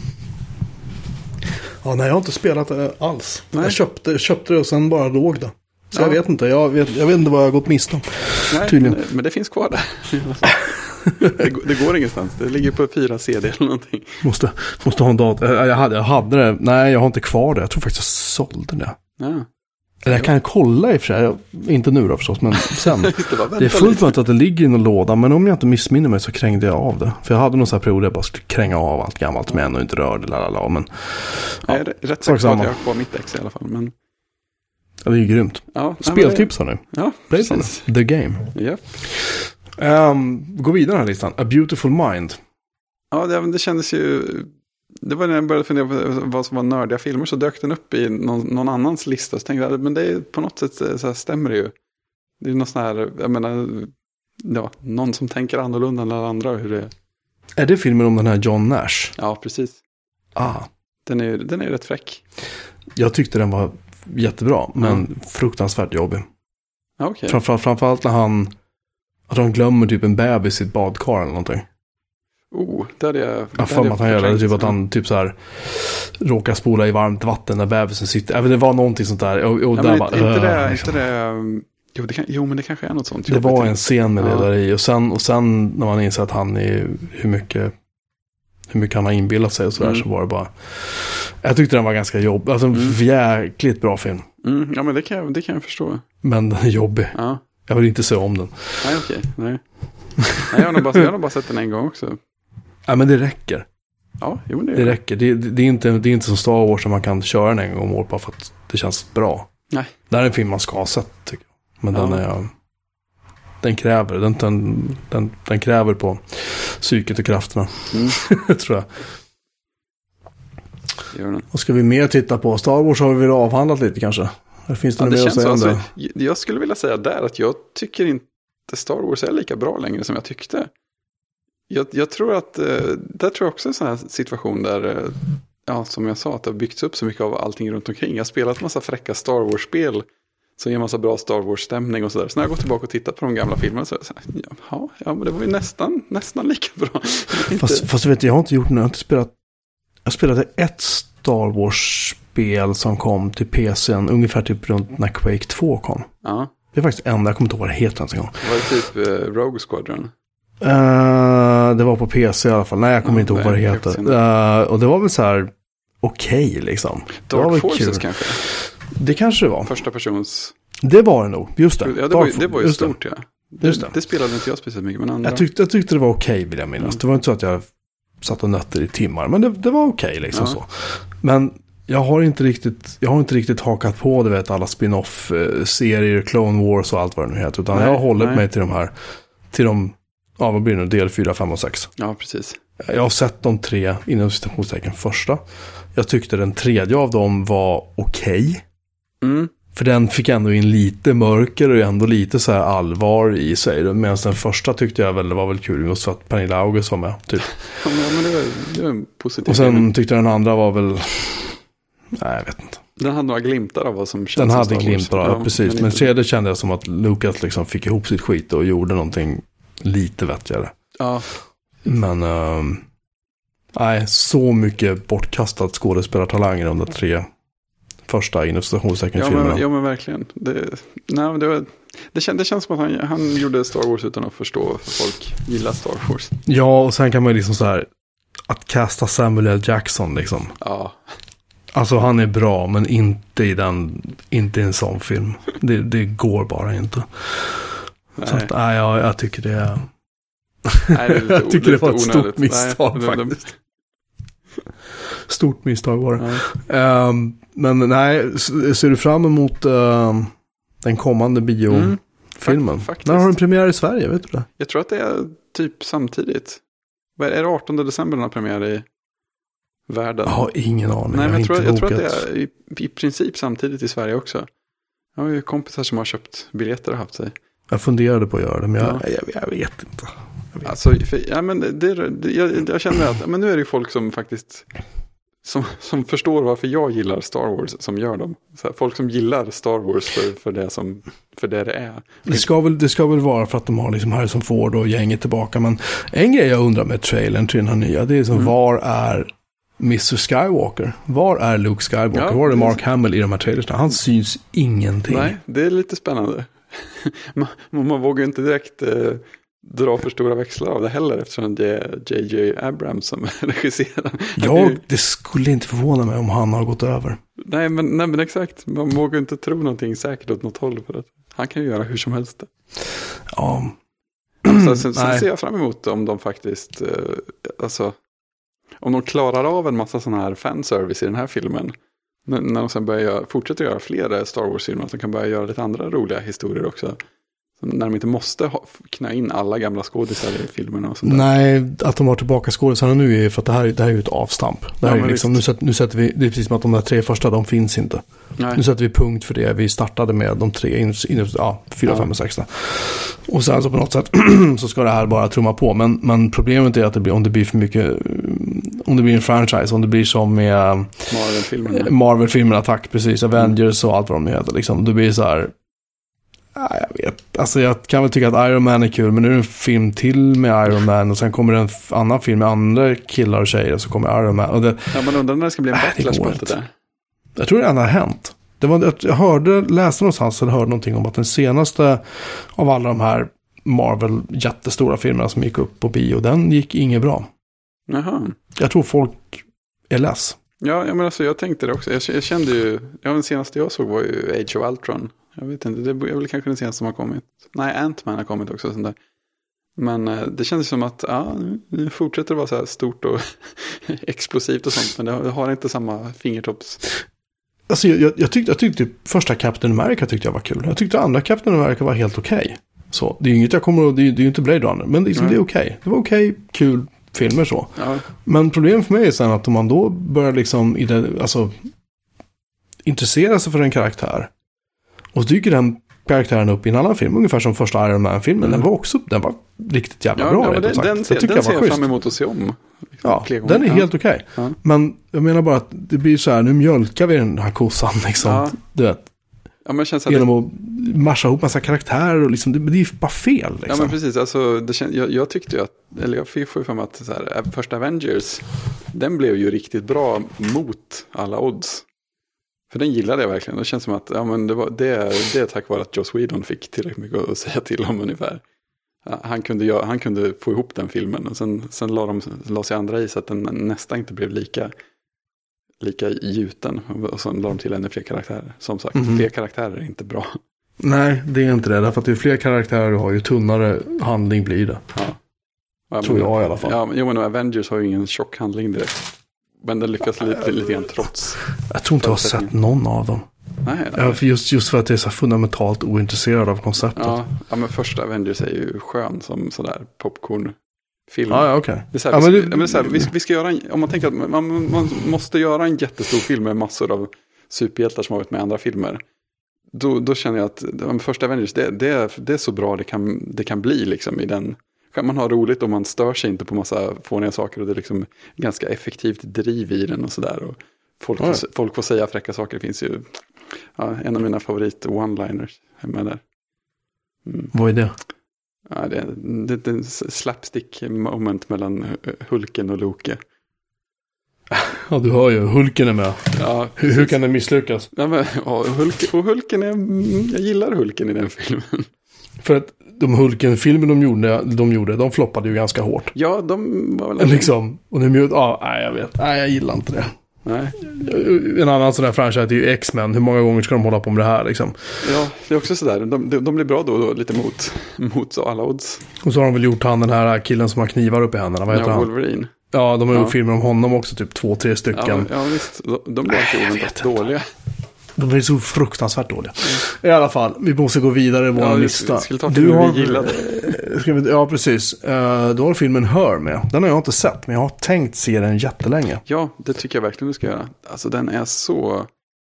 Ja, nej, jag har inte spelat det alls. Nej. Jag köpte det och sen bara låg det. Så jag vet inte. Jag vet inte vad jag har gått miste om.
Nej, men det finns kvar där. det går ingenstans. Det ligger på 4 CD eller någonting.
Måste ha en dator. Jag hade det. Nej, jag har inte kvar det. Jag tror faktiskt jag sålde det. Ja. Eller jag kan kolla i och för sig. Inte nu då förstås, men sen. Det är fullt med att det ligger i någon låda. Men om jag inte missminner mig så krängde jag av det. För jag hade någon sån här period där jag bara skulle kränga av allt gammalt med och inte rörde. Men,
jag är rätt säker på att jag har kvar mitt ex i alla fall. Men...
Ja, det är ju grymt. Ja, speltips nu.
Ja, precis.
The Game.
Yep.
Gå vidare här listan. A Beautiful Mind.
Ja, det kändes ju... Det var när jag började fundera på vad som var nördiga filmer, så dök den upp i någon annans lista. Så tänkte jag, men det är på något sätt så här, stämmer det ju. Det är någon sån här, jag menar, ja, någon som tänker annorlunda än alla andra. Hur det
är det filmen om den här John Nash?
Ja, precis. Den är rätt fräck. Jag
tyckte den var jättebra, men fruktansvärt jobbig.
Okay.
Framförallt när de glömmer typ en bebis i ett badkar eller någonting.
Där är
jag får att han gör det, typ att han typ så här råkar spola i varmt vatten när bebisen sitter. Det var någonting sånt där. Och där
men det kanske är något sånt.
Det var en scen med det där i. Och sen när man inser att han är hur mycket han har inbillat sig och sådär, så var det bara... Jag tyckte den var ganska jobbig. Alltså en jäkligt bra film.
Ja, men det kan jag förstå.
Men den är jobbig. Ja. Jag vill inte se om den.
Nej, okej. Nej, jag har nog bara sett den en gång också.
Ja, men det räcker.
Ja, jo, det
räcker. Det är inte som Star Wars som man kan köra den en gång om året bara för att det känns bra. Nej. Det här är en film man ska ha sett, tycker jag. Men den kräver på psyket och krafterna. Tror jag. Och ska vi mer titta på Star Wars, har vi väl avhandlat lite kanske. Finns det mer att säga om det?
Jag skulle vilja säga där att jag tycker inte Star Wars är lika bra längre som jag tyckte. Jag tror att där tror jag också en sån här situation där, som jag sa, att det har byggts upp så mycket av allting runt omkring. Jag har spelat massa fräcka Star Wars-spel som ger massa bra Star Wars-stämning och sådär. Så när jag går tillbaka och tittar på de gamla filmerna så är det så här, men det var ju nästan lika bra.
Fast du vet, jag har inte gjort något. Jag spelade ett Star Wars-spel som kom till PC:n ungefär typ runt när Quake 2 kom.
Ja.
Det är faktiskt enda, jag kommer inte ihåg vad det heter ens en gång.
Var det typ Rogue Squadron?
Det var på PC i alla fall. Nej, jag kommer inte ihåg vad det heter. Och det var väl så här, okej liksom.
Dark Forces kanske?
Det kanske det var.
Första persons...
Det var det nog, just det.
Ja, det var ju stort, ja. Det spelade inte jag speciellt mycket, men andra...
Jag tyckte det var okej, vill jag minnas. Det var inte så att jag satt och nötte i timmar, men det var okej liksom så. Men jag har inte riktigt hakat på, du vet, alla spin-off-serier, Clone Wars och allt vad det nu heter. Utan jag har hållit mig till de här, vad blir det nu, del 4, 5 och 6.
Ja, precis.
Jag har sett de 3, inom citationstecken, första. Jag tyckte den 3:e av dem var okej. För den fick ändå in lite mörker och ändå lite så här allvar i sig. Medan den första tyckte jag väl, det var väl kul just för att Pernilla August var med, typ.
Ja, men det var positivt.
Och sen tyckte jag den andra var väl... Nej, jag vet inte.
Den hade några glimtar av vad som känns.
Den hade glimtar, ja, precis. Men tredje kände jag som att Lucas liksom fick ihop sitt skit och gjorde någonting lite vettigare.
Ja.
Men nej, så mycket bortkastat skådespelartalang i de där 3 första filmerna.
Ja, men verkligen. Det känns som att han gjorde Star Wars utan att förstå att folk gillar Star Wars.
Ja, och sen kan man ju liksom så här, att kasta Samuel L. Jackson liksom.
Ja.
Alltså han är bra, men inte i en sån film. Det går bara inte. Nej. Så att, jag tycker det är...
Nej, det är
jag tycker det var ett stort
onödigt.
misstag faktiskt. Stort misstag var det. Men nej, ser du fram emot den kommande biofilmen? När har den premiär i Sverige, vet du det?
Jag tror att det är typ samtidigt. Är det 18 december den har premiär i världen?
Jag har ingen aning.
Nej, men jag tror att det är i princip samtidigt i Sverige också. Jag har ju kompisar som har köpt biljetter och haft sig.
Jag funderade på att göra det, men jag vet inte.
Alltså, jag känner att men nu är det ju folk som faktiskt som förstår varför jag gillar Star Wars som gör dem. Så här, folk som gillar Star Wars för det är.
Det ska väl vara för att de har liksom Harrison Ford och gänget tillbaka. Men en grej jag undrar med trailern till den här nya, det är som var är Mr. Skywalker? Var är Luke Skywalker? Ja, var är Mark Hamill i de här trailersna? Han syns ingenting.
Nej, det är lite spännande. man vågar inte direkt dra för stora växlar av det heller, eftersom det är J.J. Abrams som regisserar.
Det skulle inte förvåna mig om han har gått över.
Nej, men exakt. Man vågar inte tro någonting säkert åt något håll, för att han kan ju göra hur som helst.
Ja.
Sen ser jag fram emot om de faktiskt om de klarar av en massa sån här fanservice i den här filmen. När de sen fortsätter göra fler Star Wars-filmer, så kan börja göra lite andra roliga historier också. När de inte måste knä in alla gamla skådisar i filmerna och sånt där. Nej,
att de har tillbaka skådisarna nu är för att det här är ju ett avstamp. Det här är liksom, nu sätter vi, det är precis som att de där 3 första, de finns inte. Nej. Nu sätter vi punkt för det. Vi startade med de 3, 4, 5 och 6. Och sen så på något sätt så ska det här bara trumma på. Men problemet är att om det blir för mycket, om det blir en franchise, om det blir som med Marvel-filmerna, tack, precis, Avengers och allt vad de heter liksom. Det blir så här. Jag vet. Alltså jag kan väl tycka att Iron Man är kul, men nu är det en film till med Iron Man och sen kommer det en annan film med andra killar och tjejer, och så kommer Iron Man. Och
man undrar när det ska bli en backlash på det där.
Jag tror det ändå har hänt. Det var, jag läste någonstans eller hörde någonting om att den senaste av alla de här Marvel jättestora filmerna som gick upp på bio, den gick inget bra. Jaha. Jag tror folk är less.
Ja, men alltså jag tänkte det också. Jag kände ju, den senaste jag såg var ju Age of Ultron. Jag vet inte, det är väl kanske den senaste som har kommit. Nej, Ant-Man har kommit också. Sånt där. Men det kändes som att nu fortsätter det vara så här stort och explosivt och sånt. Men det har inte samma fingertopps.
Alltså jag tyckte första Captain America tyckte jag var kul. Jag tyckte andra Captain America var helt okej. Så det är ju inget jag kommer att, det är ju inte Blade Runner. Men liksom, det är okej. Det var okej, kul filmer så. Ja. Men problemet för mig är sen att om man då börjar liksom intressera sig för en karaktär. Och så dyker den karaktären upp i en annan film, ungefär som första Iron Man-filmen. Den var riktigt jävla bra.
Ja, den ser jag fram emot att se om.
Ja, den är helt okej. Ja. Men jag menar bara att det blir så här, nu mjölkar vi den här kossan liksom. Ja. Du vet.
Ja, men känns att
genom att marscha ihop massa karaktärer och liksom, det är bara fel liksom.
Ja, men precis, alltså, jag tyckte ju att, eller jag får ju för mig att så här, första Avengers, den blev ju riktigt bra mot alla odds. För den gillade jag verkligen. Det känns som att det är tack vare att Joss Whedon fick tillräckligt mycket att säga till om ungefär. Han kunde få ihop den filmen, och sen la sig andra i så att den nästan inte blev lika lika gjuten. Och så la de till ännu fler karaktärer. Som sagt, fler karaktärer är inte bra.
Nej, det är inte det. Därför att ju fler karaktärer du har, ju tunnare handling blir det.
Ja,
tror jag i alla fall.
Ja, men Avengers har ju ingen tjock handling direkt. Men den lyckas lite grann trots.
Jag tror inte jag har sett någon av dem.
Nej.
Just för att det är så fundamentalt ointresserad av konceptet.
Ja, men första Avengers är ju skön som sådär popcornfilm.
Ja, okej.
Vi ska göra om man tänker att man måste göra en jättestor film med massor av superhjältar som har varit med i andra filmer. Då känner jag att första Avengers, det är så bra det kan bli liksom i den. Man har roligt och man stör sig inte på massa fåniga saker och det är liksom ganska effektivt driv i den och sådär. Och folk får säga fräcka saker. Det finns ju en av mina favorit one-liners med där.
Vad är det?
Ja, det är en slapstick moment mellan Hulken och Loke.
Ja, du hör ju. Hulken är med.
Ja,
hur kan det misslyckas?
Ja, Hulken jag gillar Hulken i den filmen.
För att de Hulken-filmer de gjorde, de floppade ju ganska hårt.
Ja, de var väl...
Liksom. Och jag vet. Nej, jag gillar inte det.
Nej.
En annan sån där franchise är ju X-Men. Hur många gånger ska de hålla på med det här liksom?
Ja, det är också sådär. De blir bra då och då, lite mot så alla odds.
Och så har de väl gjort den här killen som har knivar upp i händerna. Vad heter han?
Wolverine.
Ja, de har gjort filmer om honom också, typ 2-3 stycken.
Ja, visst. De blir alltid oväntat dåliga.
De är så fruktansvärt dåliga. I alla fall, vi måste gå vidare i vår lista.
Du har gillade.
Ja, precis. Du har filmen Her med. Den har jag inte sett, men jag har tänkt se den jättelänge.
Ja, det tycker jag verkligen du ska göra. Alltså den är så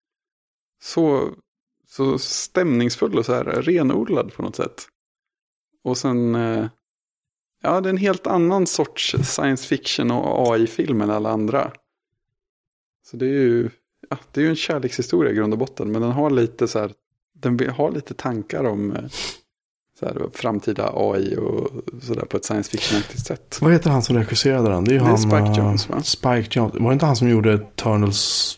stämningsfull och så här renodlad på något sätt. Och sen det är en helt annan sorts science fiction och AI-film än alla andra. Så det är ju en kärlekshistoria i grund och botten, men den har lite så här, den har lite tankar om så här, framtida AI och sådär på ett science fiction-aktigt sätt.
Vad heter han som regisserade den? Det är
Spike Jonze, va?
Spike Jonze. Var det inte han som gjorde Eternals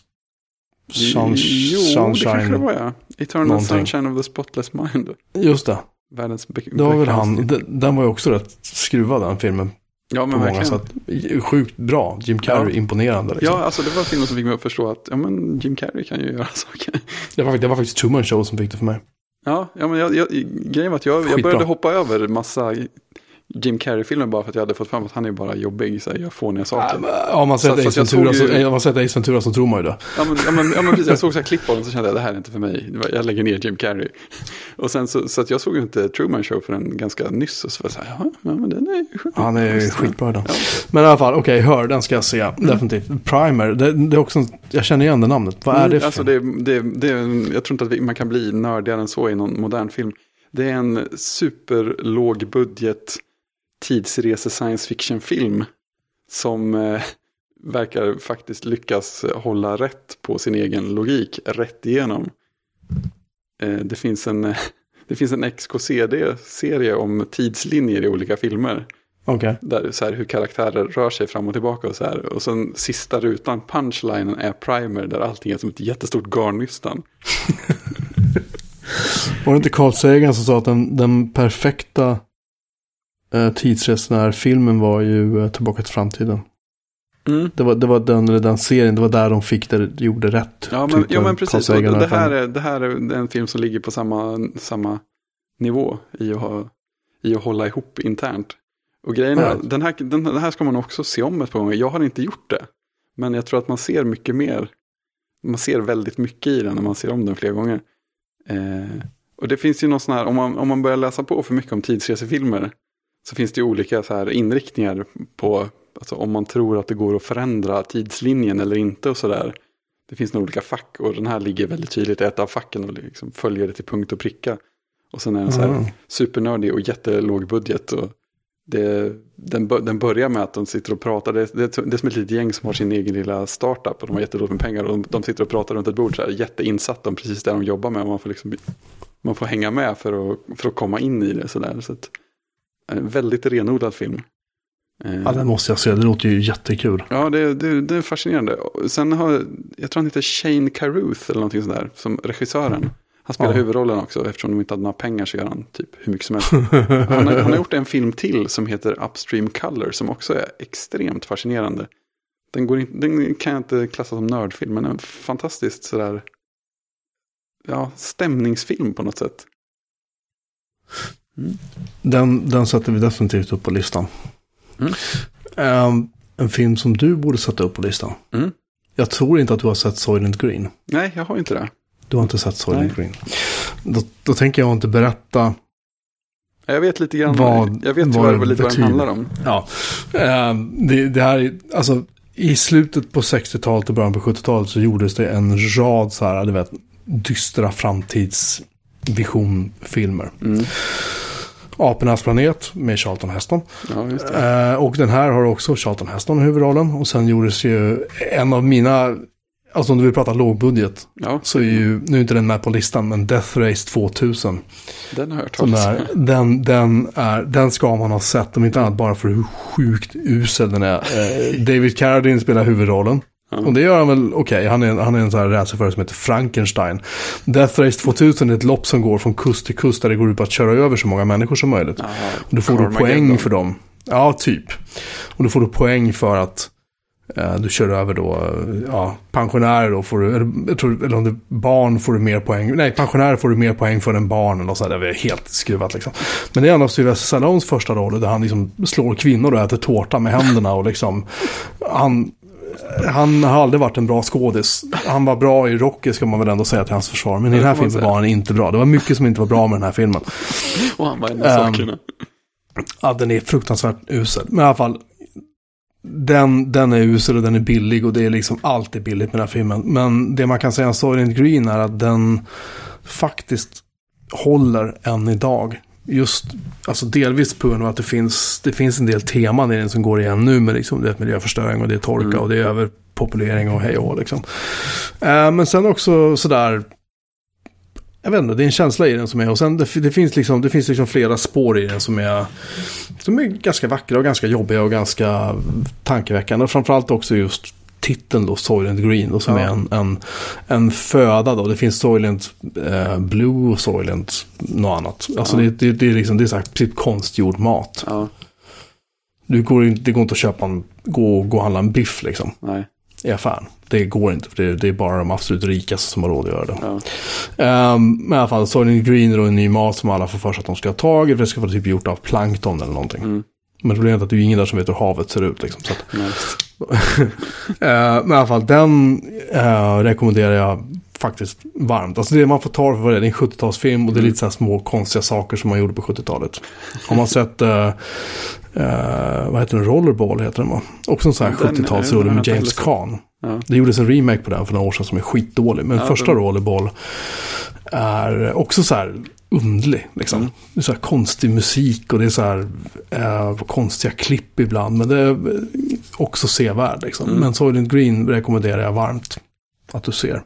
Sunshine? Det kanske det var, ja. Eternal
någonting.
Sunshine of the Spotless Mind.
Just det. Det var väl han. Den var ju också rätt skruvad, den filmen.
Ja, men verkligen.
Så att, sjukt bra. Jim Carrey, imponerande. Liksom.
Ja, alltså det var filmen som fick mig att förstå att Jim Carrey kan ju göra saker.
Det var faktiskt Truman Show som fick det för mig.
Ja, men grejen var att jag började hoppa över massa Jim Carrey-filmer bara för att jag hade fått fram att han är bara jobbig, så här, gör fåniga saker.
Ja, man sett Ace Ventura så tror man ju det.
Ja, men precis. Jag såg så här klipp på den så kände jag, det här är inte för mig. Jag lägger ner Jim Carrey. Och sen så att jag såg ju inte Truman Show för en ganska nyss. Och så var jag så här, men den är skitbra.
Han är skitbra då. Ja. Men i alla fall, okej, Hör, den ska jag se. Definitivt. Primer, det är också, jag känner igen det namnet. Vad är det för?
Alltså jag tror inte att man kan bli nördigare än så i någon modern film. Det är en superlåg budget tidsrese science fiction film som verkar faktiskt lyckas hålla rätt på sin egen logik rätt igenom. Det finns en XKCD-serie om tidslinjer i olika filmer.
Okay.
Där så här, hur karaktärer rör sig fram och tillbaka och så här. Och sen sista rutan, punchlinen, är Primer, där allting är som ett jättestort garnnystan.
Var det inte Carl Sagan som sa att den perfekta tidsresenär-filmen var ju Tillbaka till framtiden. Det var den serien, det var där de fick det gjorde rätt.
Ja, men precis. Det här är en film som ligger på samma nivå i att hålla ihop internt. Och grejen är, den här ska man också se om ett par gånger. Jag har inte gjort det. Men jag tror att man ser mycket mer. Man ser väldigt mycket i den när man ser om den flera gånger. Och det finns ju någon sån här, om man börjar läsa på för mycket om tidsresefilmer, så finns det ju olika så här inriktningar på, alltså om man tror att det går att förändra tidslinjen eller inte och sådär. Det finns några olika fack och den här ligger väldigt tydligt i ett av facken och liksom följer det till punkt och pricka. Och sen är den så här supernördig och jättelåg budget och den börjar med att de sitter och pratar. Det är som ett litet gäng som har sin egen lilla startup och de har jättelågt med pengar och de sitter och pratar runt ett bord så här, jätteinsatt om precis det de jobbar med och man får hänga med för att komma in i det sådär. Så att, en väldigt renodlad film.
Ja, den måste jag se. Det låter ju jättekul.
Ja, det är fascinerande. Sen jag tror han heter Shane Carruth eller någonting sådär som regissören. Han spelar huvudrollen också, eftersom de inte hade några pengar så gör han typ hur mycket som helst. Han har gjort en film till som heter Upstream Color som också är extremt fascinerande. Den kan jag inte klassa som nördfilm, men en fantastiskt sådär, ja, stämningsfilm på något sätt.
Den sätter vi definitivt upp på listan. En film som du borde sätta upp på listan. Jag tror inte att du har sett Soylent Green.
Nej, jag har inte det.
Du har inte sett Soylent Green. Då tänker jag inte berätta.
Jag vet lite grann. Jag vet tyvärr lite vad den handlar om.
Ja. Det här, alltså i slutet på 60-talet och början på 70-talet så gjordes det en rad så här, du vet, dystra framtidsvisionfilmer. Apornas planet med Charlton Heston.
Ja, just det.
Och den här har också Charlton Heston i huvudrollen. Och sen gjordes ju en av mina, alltså om du vill prata lågbudget, så är ju, nu är inte den med på listan, men Death Race 2000.
Den har jag hört talas
om. Den ska man ha sett, om inte annat bara för hur sjukt usel den är. David Carradine spelar huvudrollen. Och det gör han väl okej. Han är en sån här racerförare som heter Frankenstein. Death Race 2000 är ett lopp som går från kust till kust där det går ut på att köra över så många människor som möjligt. Och du får då poäng för dem. Ja, typ. Och du får då poäng för att du kör över då, pensionärer då får du, eller om det är barn får du mer poäng. Nej, pensionärer får du mer poäng för än barn eller så där. Det är helt skruvat liksom. Men det är en av Sylvester Stallones första roller där han liksom slår kvinnor och äter tårta med händerna och liksom han har aldrig varit en bra skådis. Han var bra i Rocky, ska man väl ändå säga till hans försvar. Men i den här filmen var han inte bra. Det var mycket som inte var bra med den här filmen.
Och han var en av sakerna.
Ja, den är fruktansvärt usel. Men i alla fall, den är usel och den är billig. Och det är liksom alltid billigt med den här filmen. Men det man kan säga om Soylent Green är att den faktiskt håller än idag. Just, alltså delvis på grund av att det finns en del teman i den som går igen nu med liksom, det är miljöförstöring och det är torka och det är överpopulering och hej och liksom. Men sen också sådär, jag vet inte, det är en känsla i den som är, och sen det finns liksom flera spår i den som är ganska vackra och ganska jobbiga och ganska tankeväckande, och framförallt också just titeln då, Soylent Green då, som är en föda då. Det finns Soylent Blue och Soylent något annat. Alltså det är liksom, det är så här typ konstgjord mat. Det går inte att köpa gå och handla en biff liksom.
Nej.
I affären. Det går inte, för det är bara de absolut rikaste som har råd att göra det. Men i alla fall, Soylent Green är då en ny mat som alla får för sig att de ska ha tagit, för det ska vara typ gjort av plankton eller någonting. Men problemet är att det är ingen där som vet hur havet ser ut liksom, så att men i alla fall, den rekommenderar jag faktiskt varmt. Alltså det man får ta för det är en 70-talsfilm och det är lite så här små konstiga saker som man gjorde på 70-talet. Har man sett vad heter den? Rollerball heter den, va? Också en sån här 70-talsrulle med James Caan. Det gjordes en remake på den för några år sedan som är skitdålig. Men första Rollerball är också så här underlig liksom. Det är så här konstig musik och det är så här konstiga klipp ibland, men det är också sevärd liksom. Men Soylent Green rekommenderar jag varmt att du ser.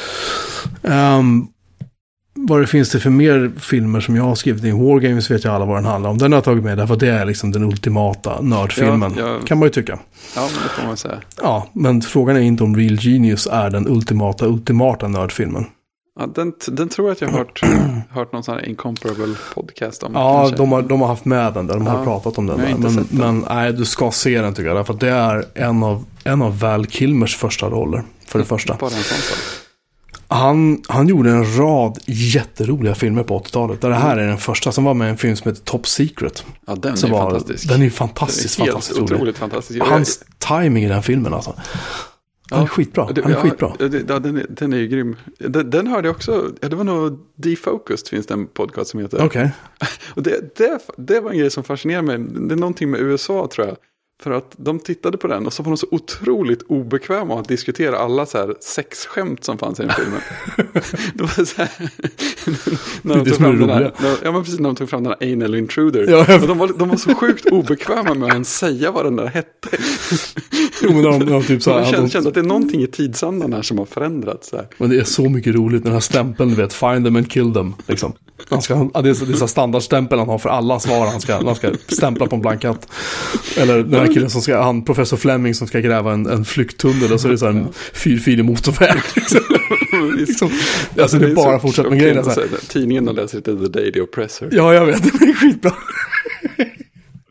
Vad det finns det för mer filmer som jag har skrivit in? War Games vet jag alla vad den handlar om. Den har jag tagit med därför att det är liksom den ultimata nördfilmen. Kan man ju tycka.
Ja, men det får man säga.
Ja, men frågan är inte om Real Genius är den ultimata nördfilmen.
Ja, den tror jag att jag har hört någon sån här Incomparable podcast om.
Ja, de har haft med den där. De har pratat om den där. Men nej, du ska se den tycker jag. Därför att det är en av Val Kilmers första roller. För det första.
Bara en sån sak.
Han gjorde en rad jätteroliga filmer på 80-talet. Där det här är den första som var med en film som heter Top Secret.
Ja, den är fantastisk.
Den är fantastiskt,
den är helt otroligt fantastisk.
Hans timing i den filmen alltså. Han är skitbra.
Den är ju grym. Den hörde jag också. Det var nog Defocused finns det en podcast som heter.
Okej.
Och det var en grej som fascinerar mig. Det är någonting med USA tror jag. För att de tittade på den och så var de så otroligt obekväma att diskutera alla så här sexskämt som fanns i den filmen. Det var så här, när de tog fram den här, precis när de tog fram den här Anal Intruder. Ja, de var så sjukt obekväma med att ens säga vad den där hette.
Jo, men de typ så här,
jag kände att det är någonting i tidsandan här som har förändrats. Så här.
Men det är så mycket roligt, den här stämpeln, du vet, find them and kill them. Liksom. Det är så standardstämpel han har för alla svar han ska stämpla på en blankett. Eller den här killen som ska, professor Fleming som ska gräva en flykttunnel och så är det så här en 4-filig motorväg. Liksom. Alltså det är bara fortsatt med grejerna. Så
tidningen har läst lite The Daily Oppressor.
Ja, jag vet, det är skitbra.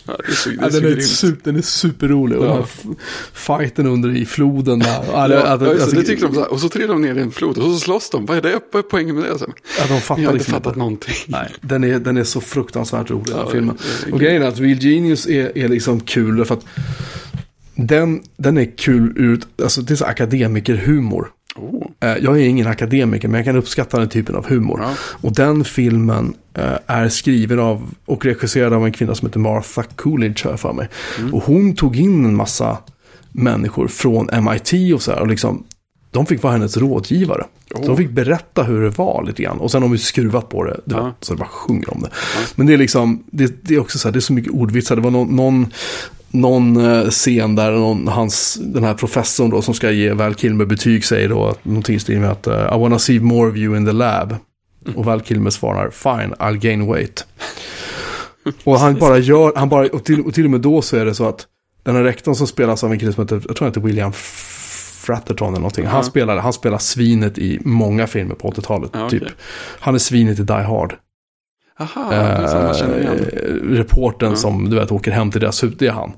Ja,
den är superrolig. Och den här fighten under i floden där.
Det tycker de så här. Och så trillar de ner i en flod och så slåss de. Vad är poängen med det? Alltså?
Ja, de fattar
jag har
liksom
inte fattat någonting.
Nej, den är så fruktansvärt rolig, den filmen. Och grejen är att Real Genius är liksom kul för att den är kul ur, alltså det är så akademikerhumor. Jag är ingen akademiker, men jag kan uppskatta den typen av humor. Ja. Och den filmen är skriven av och regisserad av en kvinna som heter Martha Coolidge, här för mig. Och hon tog in en massa människor från MIT och så här, och liksom, de fick vara hennes rådgivare. Så de fick berätta hur det var lite grann. Och sen har vi skruvat på det, vet, så det bara sjunger om det. Men det är liksom, det är också så här, det är så mycket ordvitsar. Det var någon scen där den här professorn då som ska ge Val Kilmer betyg säger då att någonting stil med att I wanna see more of you in the lab. Och Val Kilmer svarar fine, I'll gain weight. Och och till och med då så är det så att den här rektorn som spelas av en kille som heter, jag tror han heter William Fratterton eller någonting. Han spelar svinet i många filmer på 80-talet typ. Han är svinet i Die Hard.
Aha, det är samma känner igen.
Reporten som du vet åker hem till deras hus, det är han.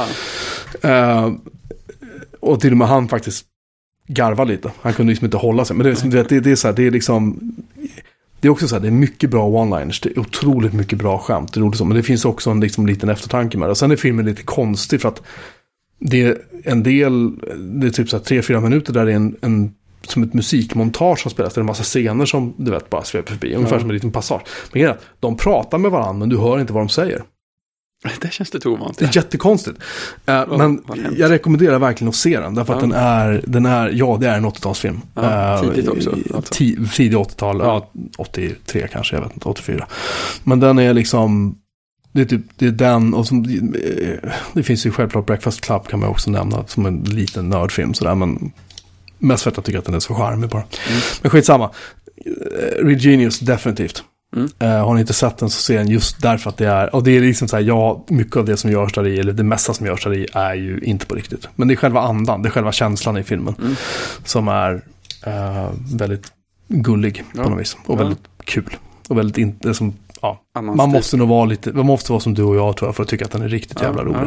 Och till och med han faktiskt garvar lite. Han kunde liksom inte hålla sig. Men det är så här, det är liksom, det är också så här, det är mycket bra one-liners, det är otroligt mycket bra skämt, det är roligt så, men det finns också en liksom liten eftertanke med det. Och sen är filmen lite konstig för att det är en del, det är typ så här 3-4 minuter där det är en som ett musikmontage som spelas. Det är en massa scener som du vet bara sveper förbi. Ungefär som en liten passage. Men de pratar med varandra men du hör inte vad de säger.
Det känns det ovanligt.
Det är jättekonstigt. Men jag rekommenderar verkligen att se den. Därför att den är det är en 80-talsfilm.
Tidigt också.
Tidigt 80-tal. 83 kanske, jag vet inte, 84. Men den är liksom, det är den, och det finns ju självklart Breakfast Club kan man också nämna som en liten nördfilm sådär, men mest för att jag tycker att den är så charmig bara. Men skitsamma. Real Genius, definitivt. Har ni inte sett den så ser den just därför att det är, och det är liksom så här, mycket av det som görs där i, eller det mesta som görs där i är ju inte på riktigt. Men det är själva andan, det är själva känslan i filmen som är väldigt gullig på något vis. Och väldigt kul. Och väldigt man måste nog vara lite, man måste vara som du och jag tror jag för att tycka att den är riktigt jävla rolig.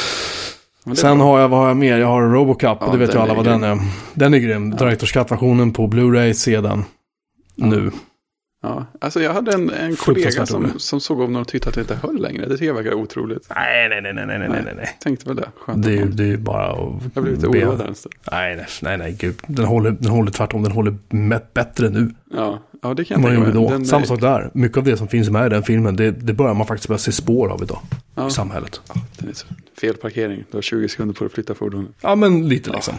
Sen vad har jag mer? Jag har Robocop och det vet ju alla vad den är. Den är grym. Director's Cut-versionen på Blu-ray, se den nu.
Ja, alltså jag hade en kollega som såg om och tyckte att det inte höll längre. Det tycker jag verkar otroligt.
Nej.
Tänkte väl det. Skönt
det är ju bara att
jag blev lite oroad där en stund.
Nej, gud. Den håller tvärtom. Den håller bättre nu.
Ja, det kan jag tänka mig.
Samma sak där. Mycket av det som finns med i den filmen, det börjar man faktiskt börja se spår av idag i samhället.
Ja, den är så fel parkering. Du har 20 sekunder på att flytta fordonet.
Ja, men lite liksom.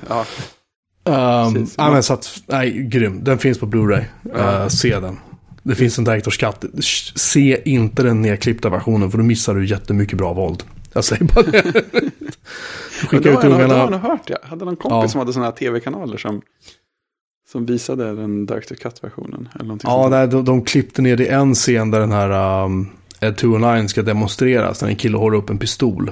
Men så att, grym. Den finns på Blu-ray. Se den. Det finns en Director's Cut. Se inte den nedklippta versionen för då missar du jättemycket bra våld. Jag säger bara det.
Skicka ut ungarna. Det har jag hört, jag hade någon kompis som hade såna här tv-kanaler som visade den Director's Cut-versionen. Eller
de klippte ner i en scen där den här Ed 209 ska demonstreras. När en kille håller upp en pistol.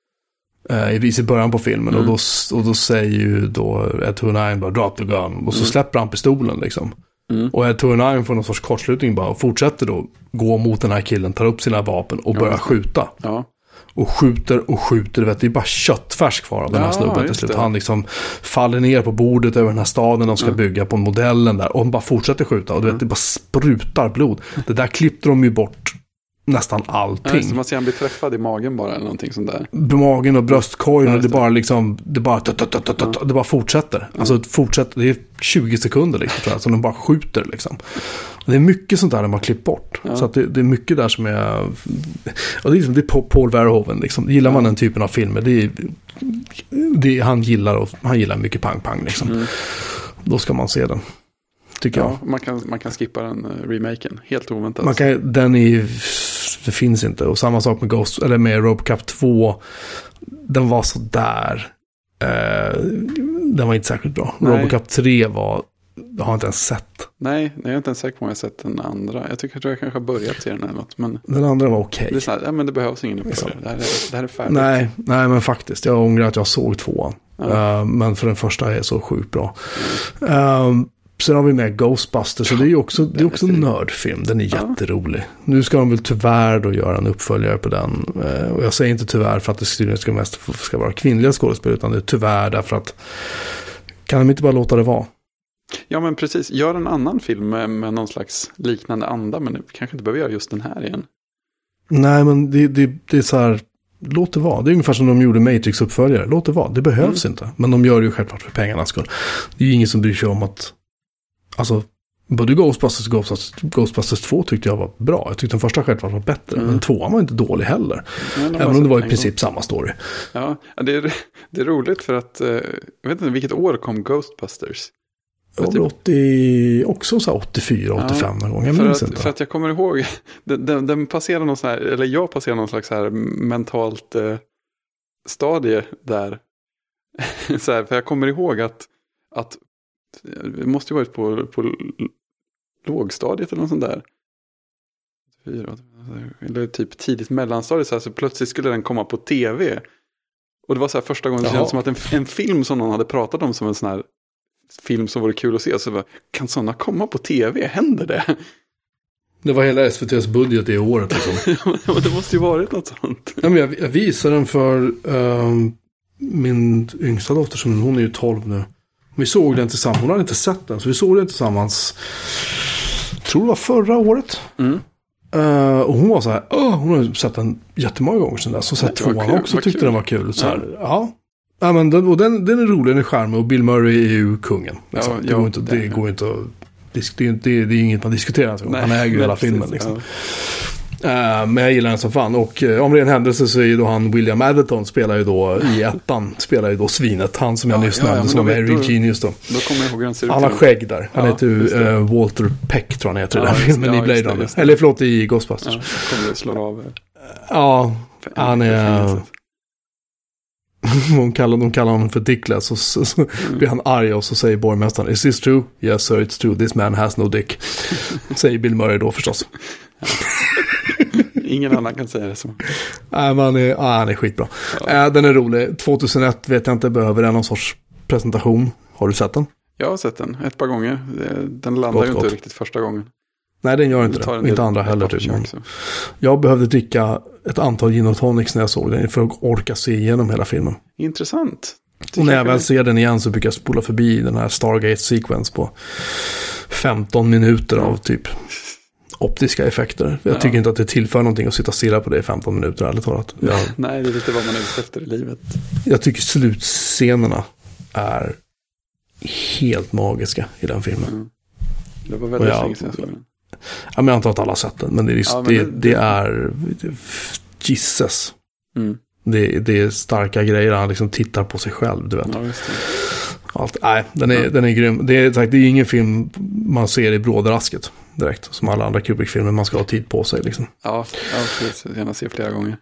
I början på filmen. Och då säger ju då Ed 209 bara drop the gun. Och så släpper han pistolen liksom. Och Ed 209 får någon sorts kortslutning bara och fortsätter då gå mot den här killen, tar upp sina vapen och börjar skjuta. Och skjuter, du vet, det är bara köttfärs kvar av den här snubben till slut. Han liksom faller ner på bordet över den här staden de ska bygga på modellen där och han bara fortsätter skjuta och du vet, det bara sprutar blod. Det där klippte de ju bort nästan allting.
Så man ser han blir träffad i magen bara eller någonting sånt där.
Magen och bröstkorgen och det bara liksom det bara fortsätter. Alltså fortsätter, det är 20 sekunder liksom tror jag, så de bara skjuter liksom. Och det är mycket sånt där de har klippt bort. Så att det är mycket där som är och det är liksom, det är Paul Verhoeven liksom. Gillar man den typen av filmer, han gillar mycket pang liksom. Då ska man se den. Tycker jag.
Man kan skippa den remaken helt oväntat.
Det finns inte. Och samma sak med Ghost eller med Robocop 2. Den var så där. Den var inte särskilt bra. Nej. Robocop 3 jag har inte ens sett.
Nej, jag är inte ens säker på om jag har sett den andra. Jag tycker att jag kanske har börjat se den eller något. Men
den andra var okej.
Det är så här, men det behövs ingen uppföljare. Det här är färdigt.
Nej, men faktiskt. Jag ångrar att jag såg 2:an. Men för den första är så sjukt bra. Sen har vi med Ghostbusters, så det är också en nördfilm. Den är jätterolig. Nu ska de väl tyvärr då göra en uppföljare på den. Och jag säger inte tyvärr för att det ska vara kvinnliga skådespelare, utan det är tyvärr därför att kan de inte bara låta det vara?
Ja, men precis. Gör en annan film med någon slags liknande anda, men du kanske inte behöver göra just den här igen.
Nej, men det är så här, låt det vara. Det är ungefär som de gjorde Matrix-uppföljare. Låt det vara. Det behövs inte. Men de gör det ju självklart för pengarnas skull. Det är ju ingen som bryr sig om att... Alltså, både Ghostbusters och Ghostbusters 2 tyckte jag var bra. Jag tyckte den första självklart var bättre. Men 2:an var inte dålig heller. Även om det var i princip samma story.
Ja, det är roligt för att... Jag vet inte vilket år kom Ghostbusters.
Det var typ, också så 84, 85 någon gång. Jag minns inte.
För att jag kommer ihåg, den passerade någon sån här, eller jag passerade någon slags här mentalt stadie där. Så här, för jag kommer ihåg att det måste ju varit på lågstadiet eller något sånt där. Eller typ tidigt mellanstadiet så plötsligt skulle den komma på tv. Och det var så här första gången det kändes som att en film som någon hade pratat om som en sån här film som vore kul att se. Så bara, kan sådana komma på tv? Händer det?
Det var hela SVT:s budget i året. Liksom.
Det måste ju varit något sånt.
Ja, men jag visade den för min yngsta dotter, som hon är ju 12 nu. Vi såg den tillsammans. Hon hade inte sett den, så vi såg den tillsammans. Jag tror det var förra året. Och hon var så här, hon har sett den jättemånga gånger sedan där. Så sett tvåan också, tyckte den var kul. Så här, ja, men den är rolig, den är charmig, och Bill Murray är ju kungen. Liksom. Det går inte att det är inget man diskuterar. Nej, han äger ju hela filmen. Liksom. Men jag gillar den som fan. Och om det är en händelse så är ju då han William Atherton spelar ju då i ettan, spelar ju då svinet. Han som jag nyss nämnde som är Harry Genius då.
Då kommer jag ihåg hur han ser ut.
Han har skägg där. Han heter ju Walter Peck, tror han heter i den filmen i Blade Runner. Eller förlåt, i Ghostbusters.
Kommer det slå av.
Ja, han är... De kallar honom för Dickless, och så blir han arg, och så säger borgmästaren, is this true? Yes sir, it's true, this man has no dick. Säger Bill Murray då förstås.
Ingen annan kan säga det så.
Nej, men han är skitbra. Den är rolig. 2001 vet jag inte, behöver den någon sorts presentation. Har du sett den? Jag
har sett den ett par gånger. Den landar ju inte riktigt första gången.
Nej, den gör inte det. Inte andra heller. Typ. Jag behövde dricka ett antal gin och tonics när jag såg den för att orka se igenom hela filmen.
Intressant.
Och när jag väl ser den igen så brukar jag spola förbi den här Stargate-sequence på 15 minuter av typ optiska effekter. Jag tycker inte att det tillför någonting att sitta och stirra på det i 15 minuter, ärligt talat.
Nej, det är lite vad man är ute efter i livet.
Jag tycker slutscenerna är helt magiska i den filmen.
Det var väldigt länge sedan jag såg den.
Ja, men jag antar att alla har sett den, men det är Jesus. Det är starka grejer, han liksom tittar på sig själv, du vet.
Ja, just det.
Allt. Nej, den är grym. Det är ingen film man ser i brådrasket direkt, som alla andra Kubrick-filmer. Man ska ha tid på sig liksom.
Ja, precis. Jag gärna se flera gånger.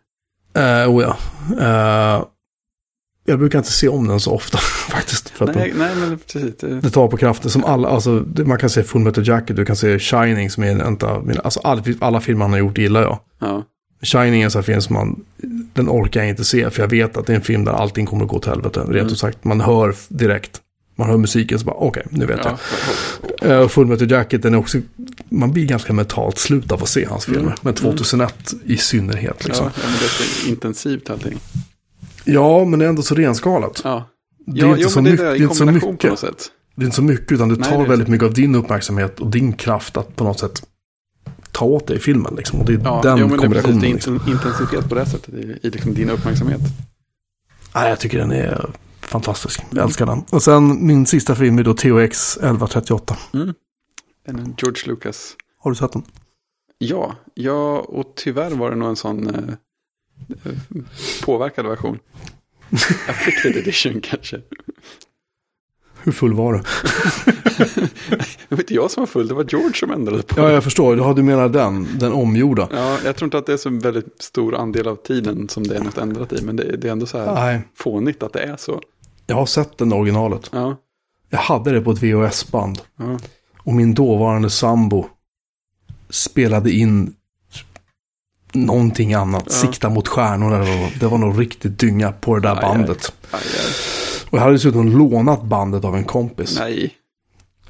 Jag brukar inte se om den så ofta faktiskt. För
nej, men precis.
Det tar på kraften som alla, alltså man kan se Full Metal Jacket, du kan se Shining som är en av mina, alltså alla filmer han har gjort gillar jag.
Ja.
Shining är en sån film som den orkar jag inte se, för jag vet att det är en film där allting kommer att gå till helvete. Rent ut sagt, man hör direkt. Man hör musiken så bara, okej, nu vet jag. Full Metal Jacket, den är också, man blir ganska mentalt slut av att se hans filmer. Men 2001 i synnerhet liksom.
Ja, men det är intensivt allting.
Ja, men det är ändå så renskalat.
Ja.
Det är inte så mycket. Det är inte så mycket.
På något sätt.
Det är inte så mycket, utan det tar väldigt mycket av din uppmärksamhet och din kraft att på något sätt ta åt dig i filmen liksom. Och det är den kombinationen.
Det är liksom intensitet på det sättet i liksom din uppmärksamhet.
Nej, jag tycker den är fantastisk. Jag älskar den. Och sen min sista film är då THX 1138.
En George Lucas.
Har du sett den?
Ja, och tyvärr var det nog en sån påverkad version. Afflicted edition kanske.
Hur full var du?
Det var inte jag som var full, det var George som ändrade på.
Ja, jag förstår. Du menar den omgjorda.
Ja, jag tror inte att det är så väldigt stor andel av tiden som det är något ändrat i, men det är ändå så här fånigt att det är så.
Jag har sett den originalet.
Ja.
Jag hade det på ett VHS-band. Ja. Och min dåvarande sambo spelade in någonting annat. Ja. Sikta mot stjärnor. Det var nog riktigt dynga på det där bandet.
Aj.
Och jag hade dessutom lånat bandet av en kompis.
Nej.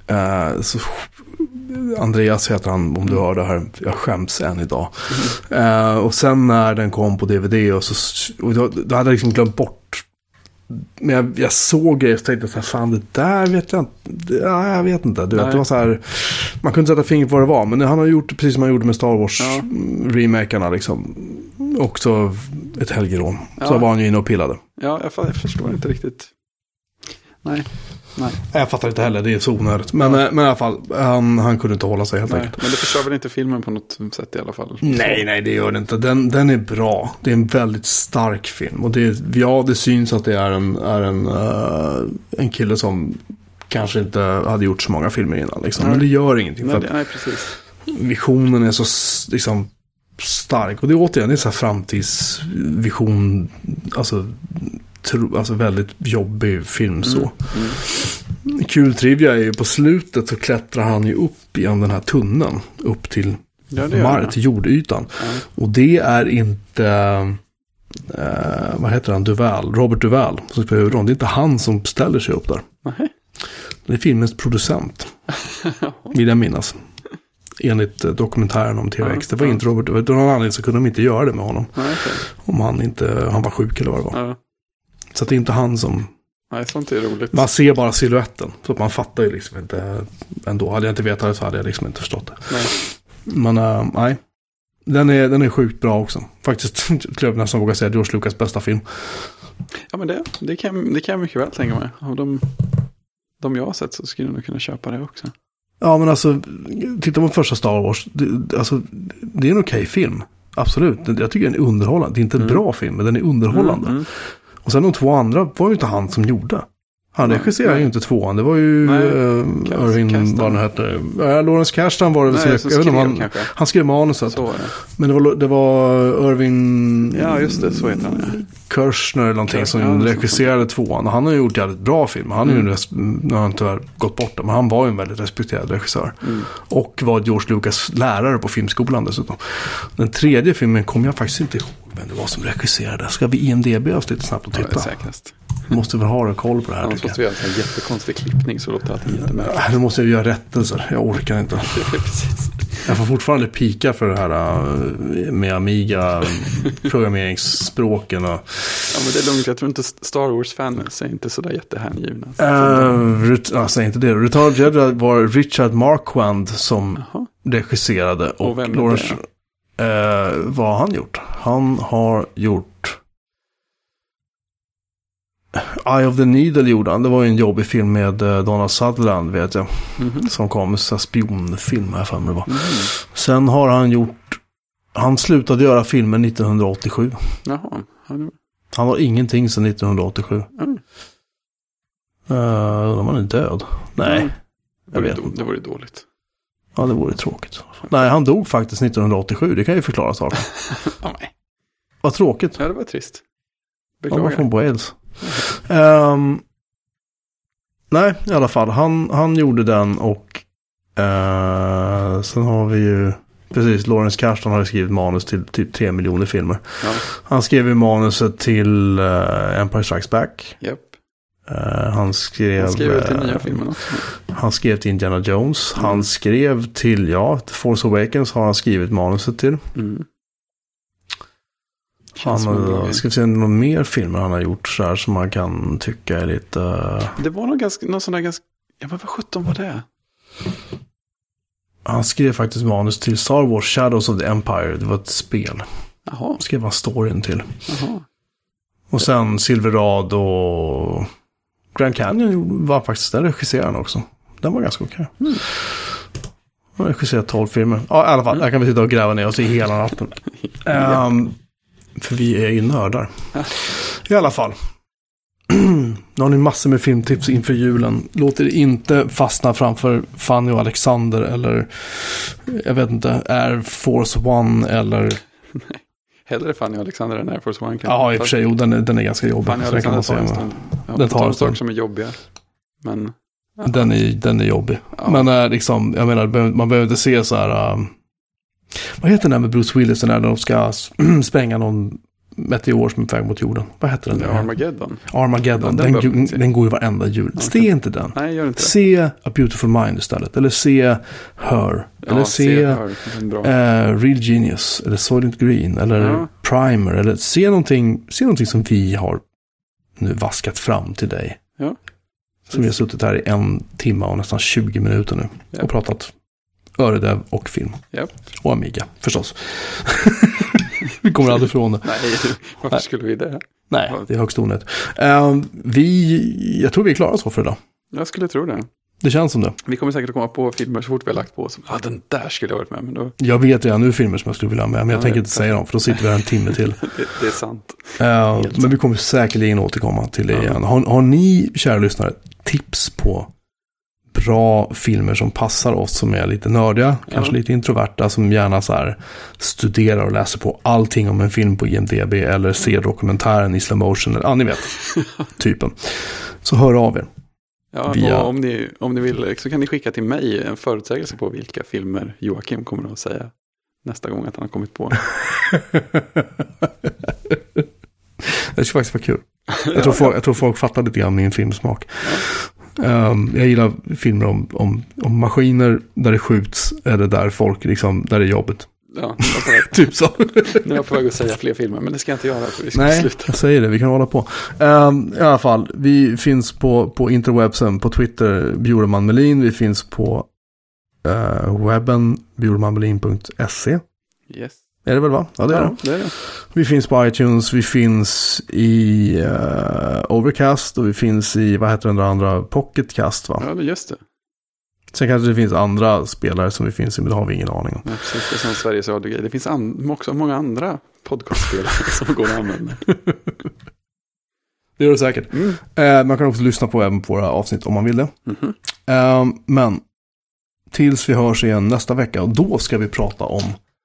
Så Andreas heter han, om du hör det här. Jag skäms än idag. Och sen när den kom på DVD och då hade jag liksom glömt bort. Men jag såg det och tänkte så här, fan det där vet jag inte. Ja, jag vet inte. Du vet, det var så här, man kunde sätta fingret på vad det var. Men han har gjort precis som han gjorde med Star Wars remakerna liksom. Också ett helgerån. Så var han ju inne och pillade.
Ja, jag förstår inte riktigt. Nej.
Jag fattar inte heller, det är så onödigt. Men i alla fall, han kunde inte hålla sig helt enkelt.
Men det förstör väl inte filmen på något sätt i alla fall?
Nej, det gör det inte. Den är bra. Det är en väldigt stark film. Och det syns att det är en kille som kanske inte hade gjort så många filmer innan. Liksom. Men det gör ingenting.
Nej, precis.
Visionen är så liksom stark. Och det är återigen, det är så här framtidsvision. Alltså väldigt jobbig film så. Kul trivia är ju på slutet så klättrar han ju upp genom den här tunneln upp till till jordytan. Och det är inte vad heter han? Robert Duvall som spelar huvudrollen. Det är inte han som ställer sig upp där. Det är filmens producent. Vill jag minnas. Enligt dokumentären om TVX. Det var inte Robert Duvall. Av någon anledning så kunde de inte göra det med honom. Om han var sjuk eller vad det var. Så att det är inte han som...
Nej, sånt är roligt.
Man ser bara siluetten. Så att man fattar ju liksom inte... Ändå hade jag inte vetat det så hade jag liksom inte förstått det.
Nej.
Men nej. Den är sjukt bra också. Faktiskt skulle jag nästan våga säga George Lucas bästa film.
Ja, men det kan jag mycket väl tänka mig. Av de jag har sett så skulle jag nog kunna köpa det också.
Ja, men alltså... Titta på första Star Wars. Det är en okej film. Absolut. Jag tycker den är underhållande. Det är inte en bra film, men den är underhållande. Och sen de två andra var ju inte han som gjorde. Han regisserade ju inte tvåan. Det var ju Irving, vad han hette. Lawrence Kasdan var det väl. Han skrev manuset. Men det var Irving...
Ja, just det. Så heter han, ja.
Kirshner eller någonting som regisserade tvåan. Han har ju gjort jävligt bra film. Han har ju tyvärr gått bort det. Men han var ju en väldigt respekterad regissör. Och var George Lucas lärare på filmskolan dessutom. Den tredje filmen kom jag faktiskt inte ihåg vem det var som regisserade. Ska vi IMDb oss lite snabbt och titta?
Ja, det är säkrast.
Måste väl ha koll på det här.
Annars måste vi göra en jättekonstig klippning så låter allting jättemärkligt.
Nu måste jag göra rättelser. Jag orkar inte.
Precis.
Jag får fortfarande pika för det här med Amiga programmeringsspråken.
Ja, men det är lugnt. Jag tror inte Star Wars-fan är inte sådär jättehängivna.
Säg inte det. Return of Jedi var Richard Marquand som regisserade. Och
vem
Lawrence, vad har han gjort? Han har gjort Eye of the Needle gjorde han. Det var ju en jobbig film med Donald Sutherland, vet jag. Som kom med spionfilm här för mig det var. Sen har han slutade göra filmen 1987.
Jaha.
Han har ingenting sedan 1987. Man är död. Nej. Jag vet inte.
Det var ju dåligt.
Ja, det vore tråkigt. Nej, han dog faktiskt 1987. Det kan ju förklara saker.
Nej.
Vad tråkigt.
Ja, det var trist.
Han var från Wales. Nej, i alla fall. Han gjorde den och sen har vi ju precis, Lawrence Kasdan har skrivit manus till typ 3 miljoner filmer. Ja. Han skrev ju manuset till Empire Strikes Back.
Yep.
Han skrev
till nya filmer också.
Han skrev till Indiana Jones. Han skrev till Force Awakens har han skrivit manuset till. Han ska vi se någon mer filmer han har gjort så här som man kan tycka är lite...
Det var någon sån där ganska... Ja, men vad 17 var det?
Han skrev faktiskt manus till Star Wars Shadows of the Empire. Det var ett spel.
Jaha.
Skrev han storyn till.
Jaha.
Och sen Silverado och Grand Canyon var faktiskt den regisseraren också. Den var ganska okej. Han har regisserat 12 filmer. Ja, i alla fall. Jag kan väl sitta och gräva ner och se hela natten. För vi är ju nördar. I alla fall. Nu har ni massor med filmtips inför julen. Låt er inte fastna framför Fanny och Alexander eller jag vet inte, Air Force One eller...
Nej. Hellre Fanny och Alexander än Air Force One.
Ja, i och för sig. Den är ganska jobbig.
Fanny och Alexander tar en stund. Den tar en stund som är jobbiga. Men... Ja.
Den är jobbig.
Ja.
Men liksom, jag menar, man behöver inte se så här... vad heter den här med Bruce Willis när de ska spränga någon meteor som är på väg mot jorden. Vad heter den?
Armageddon.
Armageddon.
Ja,
Den går ju varenda jul.
Ja,
se inte den.
Nej, gör inte det.
Se A Beautiful Mind istället. Eller se Her. Eller se Real Genius. Eller Soylent Green. Eller Primer. Eller se någonting som vi har nu vaskat fram till dig.
Ja.
Som vi har suttit här i 1 timme och nästan 20 minuter nu. Yep. Och pratat öredev och film.
Yep.
Och Amiga, förstås. Vi kommer aldrig ifrån det.
Nej, varför skulle vi det?
Nej, det är högst onödigt. Jag tror vi är klara så för idag.
Jag skulle tro det.
Det känns som det.
Vi kommer säkert att komma på filmer så fort vi har lagt på. Som, den där skulle jag ha varit med. Men då...
Jag vet redan nu filmer som jag skulle vilja ha med. Men jag tänker inte säga dem. För då sitter vi här 1 timme till.
det är sant.
Men vi kommer säkerligen återkomma till det igen. Har ni, kära lyssnare, tips på bra filmer som passar oss som är lite nördiga, kanske lite introverta, som gärna så här studerar och läser på allting om en film på IMDb eller ser dokumentären i slow motion eller ni vet, typen. Så hör av er.
Ja, och om ni vill så kan ni skicka till mig en förutsägelse på vilka filmer Joakim kommer att säga nästa gång att han har kommit på.
Det skulle faktiskt vara kul. Jag tror folk fattar lite grann min filmsmak. Jag gillar filmer om maskiner där det skjuts eller där folk liksom, där det är jobbet.
Ja,
typ så.
Nu är jag på väg att säga fler filmer, men det ska jag inte göra för vi ska
Nej,
sluta.
Jag säger det, vi kan hålla på. I alla fall, vi finns på interwebsen, på Twitter, Bjurman Melin. Vi finns på webben, bjurmanmelin.se.
Yes.
Är det väl va? Ja, det är det. Vi finns på iTunes, vi finns i Overcast och vi finns i, vad heter den andra, Pocketcast va?
Ja, just det.
Sen kanske det finns andra spelare som vi finns i, men det har vi ingen aning om.
Ja, precis, det är som Sveriges Radio. Det finns också många andra podcastspelare som går att använda.
Det gör det säkert. Man kan också lyssna på även på våra avsnitt om man vill det. Men tills vi hörs igen nästa vecka, och då ska vi prata om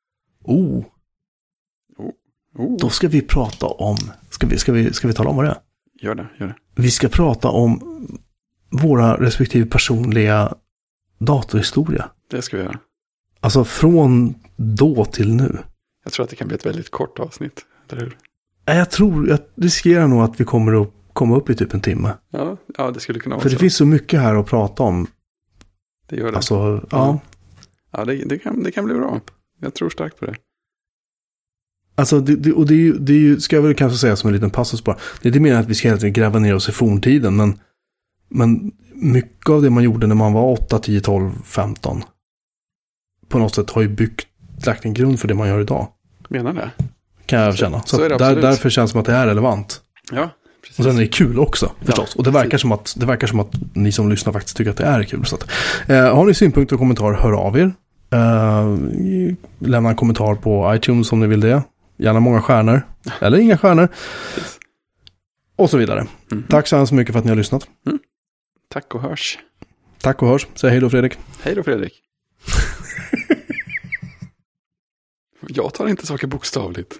Då ska vi prata om... Ska vi tala om vad det är?
Gör det.
Vi ska prata om våra respektive personliga datorhistoria.
Det ska vi göra.
Alltså från då till nu.
Jag tror att det kan bli ett väldigt kort avsnitt, eller hur?
Jag riskerar nog att vi kommer att komma upp i typ 1 timme.
Ja, det skulle kunna vara
För
så.
det finns så mycket här att prata om.
Det gör det.
Alltså, ja.
Ja, det kan bli bra. Jag tror starkt på det.
Alltså, det är ju, ska jag väl kanske säga som en liten passus bara. Det är inte mer att vi ska helt enkelt gräva ner oss i forntiden, men mycket av det man gjorde när man var 8, 10, 12, 15 på något sätt har ju lagt en grund för det man gör idag.
Menar det?
Kan jag känna. Så
är det
därför känns det som att det är relevant.
Ja, precis.
Och sen är det kul också, förstås.
Ja,
och det verkar som att ni som lyssnar faktiskt tycker att det är kul. Så att, har ni synpunkter och kommentarer, hör av er. Lämna en kommentar på iTunes om ni vill det. Gärna många stjärnor. Eller inga stjärnor. Och så vidare. Tack så mycket för att ni har lyssnat.
Tack och hörs.
Tack och hörs. Säg hej då Fredrik.
Hej då Fredrik. Jag tar inte saker bokstavligt.